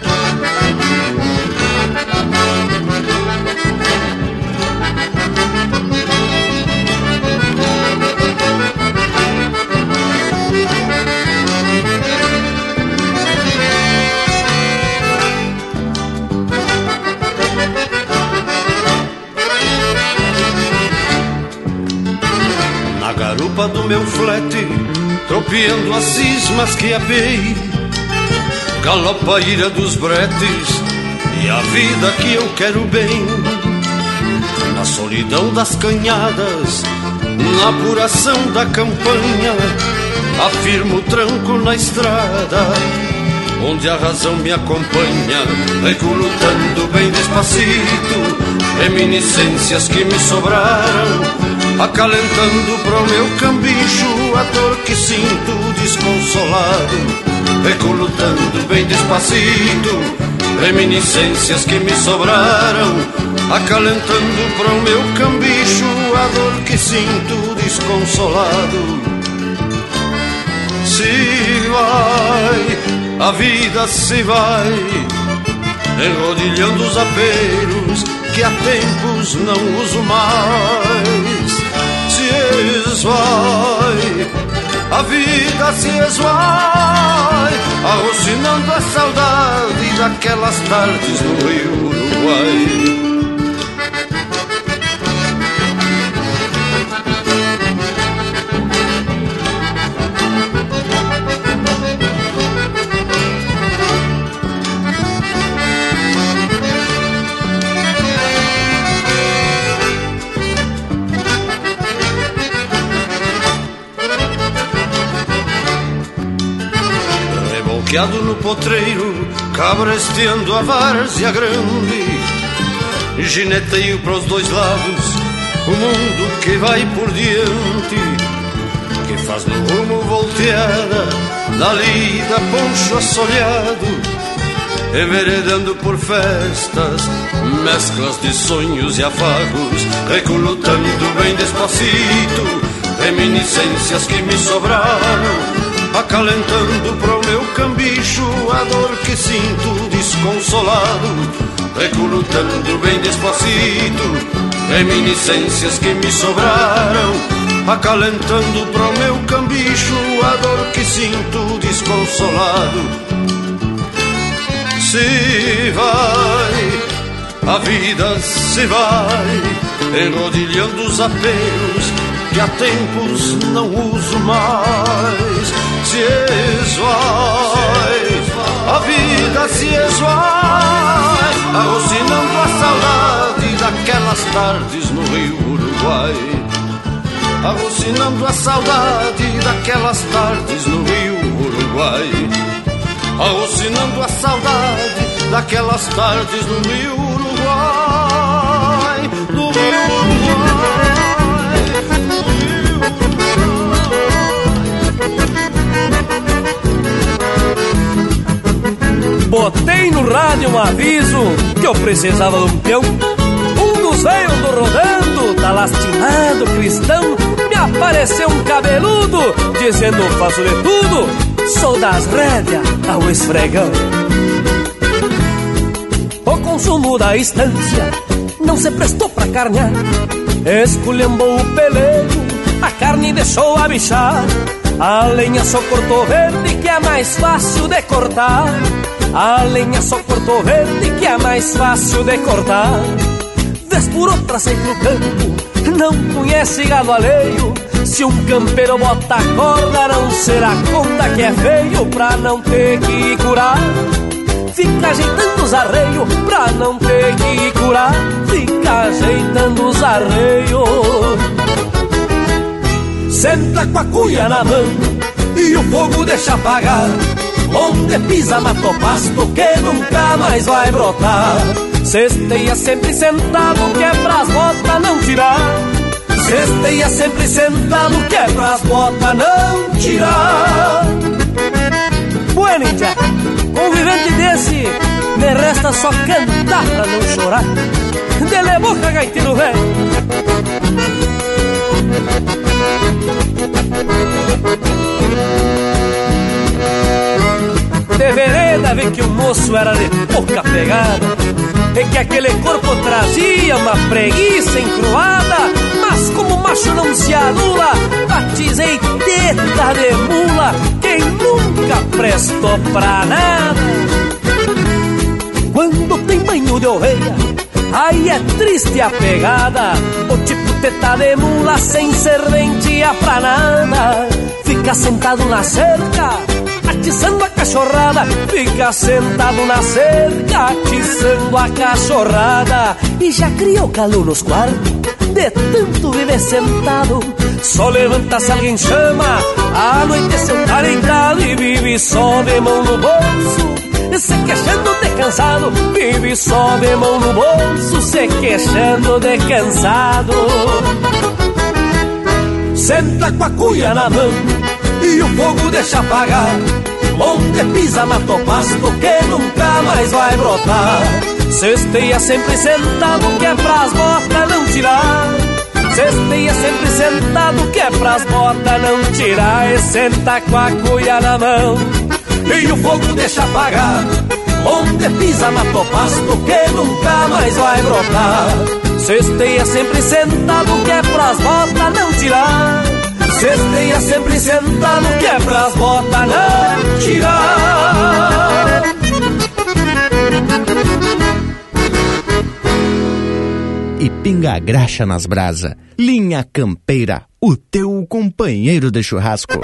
Garupa do meu flete, tropeando as cismas que apei, galopa a ira dos bretes e a vida que eu quero bem. Na solidão das canhadas, na apuração da campanha, afirmo o tranco na estrada, onde a razão me acompanha, recolutando bem despacito reminiscências que me sobraram, acalentando pro meu cambicho a dor que sinto desconsolado, recolutando bem despacito reminiscências que me sobraram, acalentando pro meu cambicho a dor que sinto desconsolado. Se vai, a vida se vai, enrodilhando os aperos que há tempos não uso mais. Se esvai, a vida se esvai, arrocinando a saudade daquelas tardes no Rio Uruguai. No potreiro, cabresteando a várzea grande, gineteio pros dois lados, o mundo que vai por diante, que faz no rumo volteada, da lida poncho assolhado, enveredando por festas, mesclas de sonhos e afagos, recrutando bem despacito reminiscências que me sobraram, acalentando pro meu cambicho a dor que sinto desconsolado. Recrutando bem despacito reminiscências que me sobraram, acalentando pro meu cambicho a dor que sinto desconsolado. Se vai, a vida se vai, enrodilhando os apelos que há tempos não uso mais. Se esvai, a vida se esvai, alucinando a saudade daquelas tardes no Rio Uruguai. Alucinando a saudade daquelas tardes no Rio Uruguai. Alucinando a saudade daquelas tardes no Rio Uruguai. Do Rio Uruguai. Botei no rádio um aviso que eu precisava de um peão. Um dos velhos do rodando, tá lastimado cristão, me apareceu um cabeludo dizendo faço de tudo, sou das rédeas ao esfregão. O consumo da estância não se prestou pra carnear, esculhambou o peleiro, a carne deixou a bichar. A lenha só cortou verde que é mais fácil de cortar. A lenha só cortou verde que é mais fácil de cortar. Vez por outra sai pro campo, não conhece gado alheio. Se um campeiro bota a corda, não será conta que é feio pra não ter que curar. Fica ajeitando os arreios pra não ter que curar. Fica ajeitando os arreios. Senta com a cuia na mão e o fogo deixa apagar. Onde pisa mata o pasto que nunca mais vai brotar. Cesteia sempre sentado que é pras botas não tirar. Cesteia sempre sentado que é pras botas não tirar. Bueno, Índia, convivente desse, me resta só cantar pra não chorar. Dele boca, gaiteiro velho. De vereda vi que o moço era de pouca pegada, e que aquele corpo trazia uma preguiça encruada. Mas como macho não se anula, batizei teta de mula, quem nunca prestou pra nada. Quando tem banho de ovelha, aí é triste a pegada. O tipo teta de mula sem serventia pra nada. Fica sentado na cerca, atiçando a cachorrada. Fica sentado na cerca, atiçando a cachorrada. E já criou calor nos quartos, de tanto viver sentado. Só levanta se alguém chama, à noite seu tá deitado e vive só de mão no bolso, se queixando de cansado. Vive só de mão no bolso, se queixando de cansado. Senta com a cuia na mão e o fogo deixa apagar. Onde pisa mata o pasto que nunca mais vai brotar. Cesteia sempre sentado que é pras botas não tirar. Cesteia sempre sentado que é pras botas não tirar. E senta com a cuia na mão e o fogo deixa apagar. Onde pisa mata o pasto que nunca mais vai brotar. Cesteia sempre sentado que é pras botas não tirar. Cesteia sempre sentado que é pras botas não tirar. E pinga a graxa nas brasa. Linha Campeira, o teu companheiro de churrasco.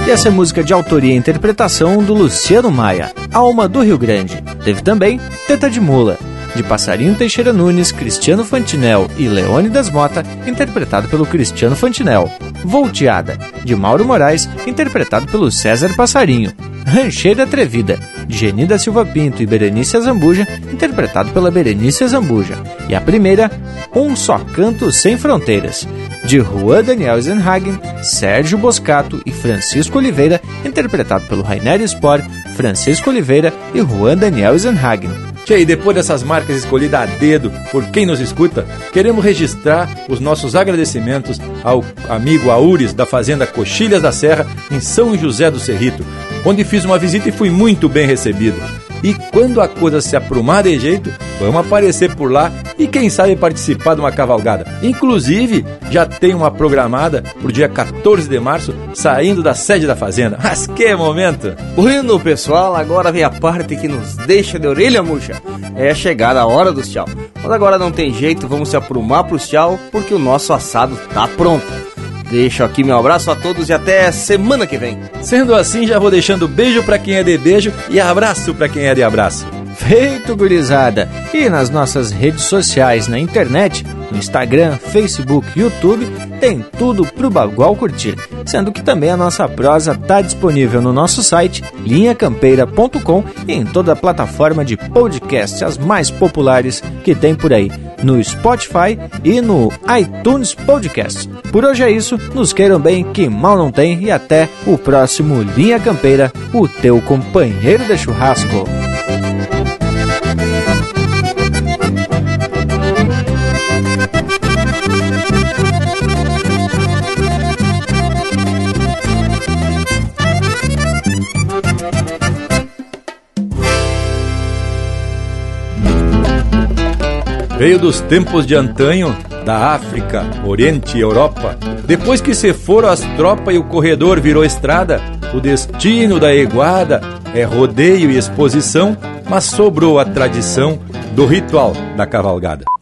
E essa é música de autoria e interpretação do Luciano Maia, Alma do Rio Grande. Teve também Teta de Mula, de Passarinho Teixeira Nunes, Cristiano Fantinel e Leônidas Mota, interpretado pelo Cristiano Fantinel. Volteada, de Mauro Moraes, interpretado pelo César Passarinho. Rancheira Atrevida, de Genida Silva Pinto e Berenice Zambuja, interpretado pela Berenice Zambuja. E a primeira, Um Só Canto Sem Fronteiras, de Juan Daniel Eisenhagen, Sérgio Boscato e Francisco Oliveira, interpretado pelo Rainer Spor, Francisco Oliveira e Juan Daniel Eisenhagen. Tchê, e depois dessas marcas escolhidas a dedo por quem nos escuta, queremos registrar os nossos agradecimentos ao amigo Aures da Fazenda Coxilhas da Serra, em São José do Cerrito, onde fiz uma visita e fui muito bem recebido. E quando a coisa se aprumar de jeito, vamos aparecer por lá e quem sabe participar de uma cavalgada. Inclusive, já tem uma programada pro dia quatorze de março, saindo da sede da fazenda. Mas que momento! Bueno, pessoal, agora vem a parte que nos deixa de orelha murcha. É chegar a hora dos tchau. Mas agora não tem jeito, vamos se aprumar pros tchau, porque o nosso assado tá pronto. Deixo aqui meu abraço a todos e até semana que vem. Sendo assim, já vou deixando beijo pra quem é de beijo e abraço pra quem é de abraço. Feito, gurizada! E nas nossas redes sociais, na internet, no Instagram, Facebook, YouTube, tem tudo pro Bagual curtir. Sendo que também a nossa prosa tá disponível no nosso site, linha campeira ponto com, e em toda a plataforma de podcast, as mais populares que tem por aí, no Spotify e no iTunes Podcast. Por hoje é isso, nos queiram bem, que mal não tem, e até o próximo Linha Campeira, o teu companheiro de churrasco. Veio dos tempos de antanho, da África, Oriente e Europa. Depois que se foram as tropas e o corredor virou estrada, o destino da eguada é rodeio e exposição, mas sobrou a tradição do ritual da cavalgada.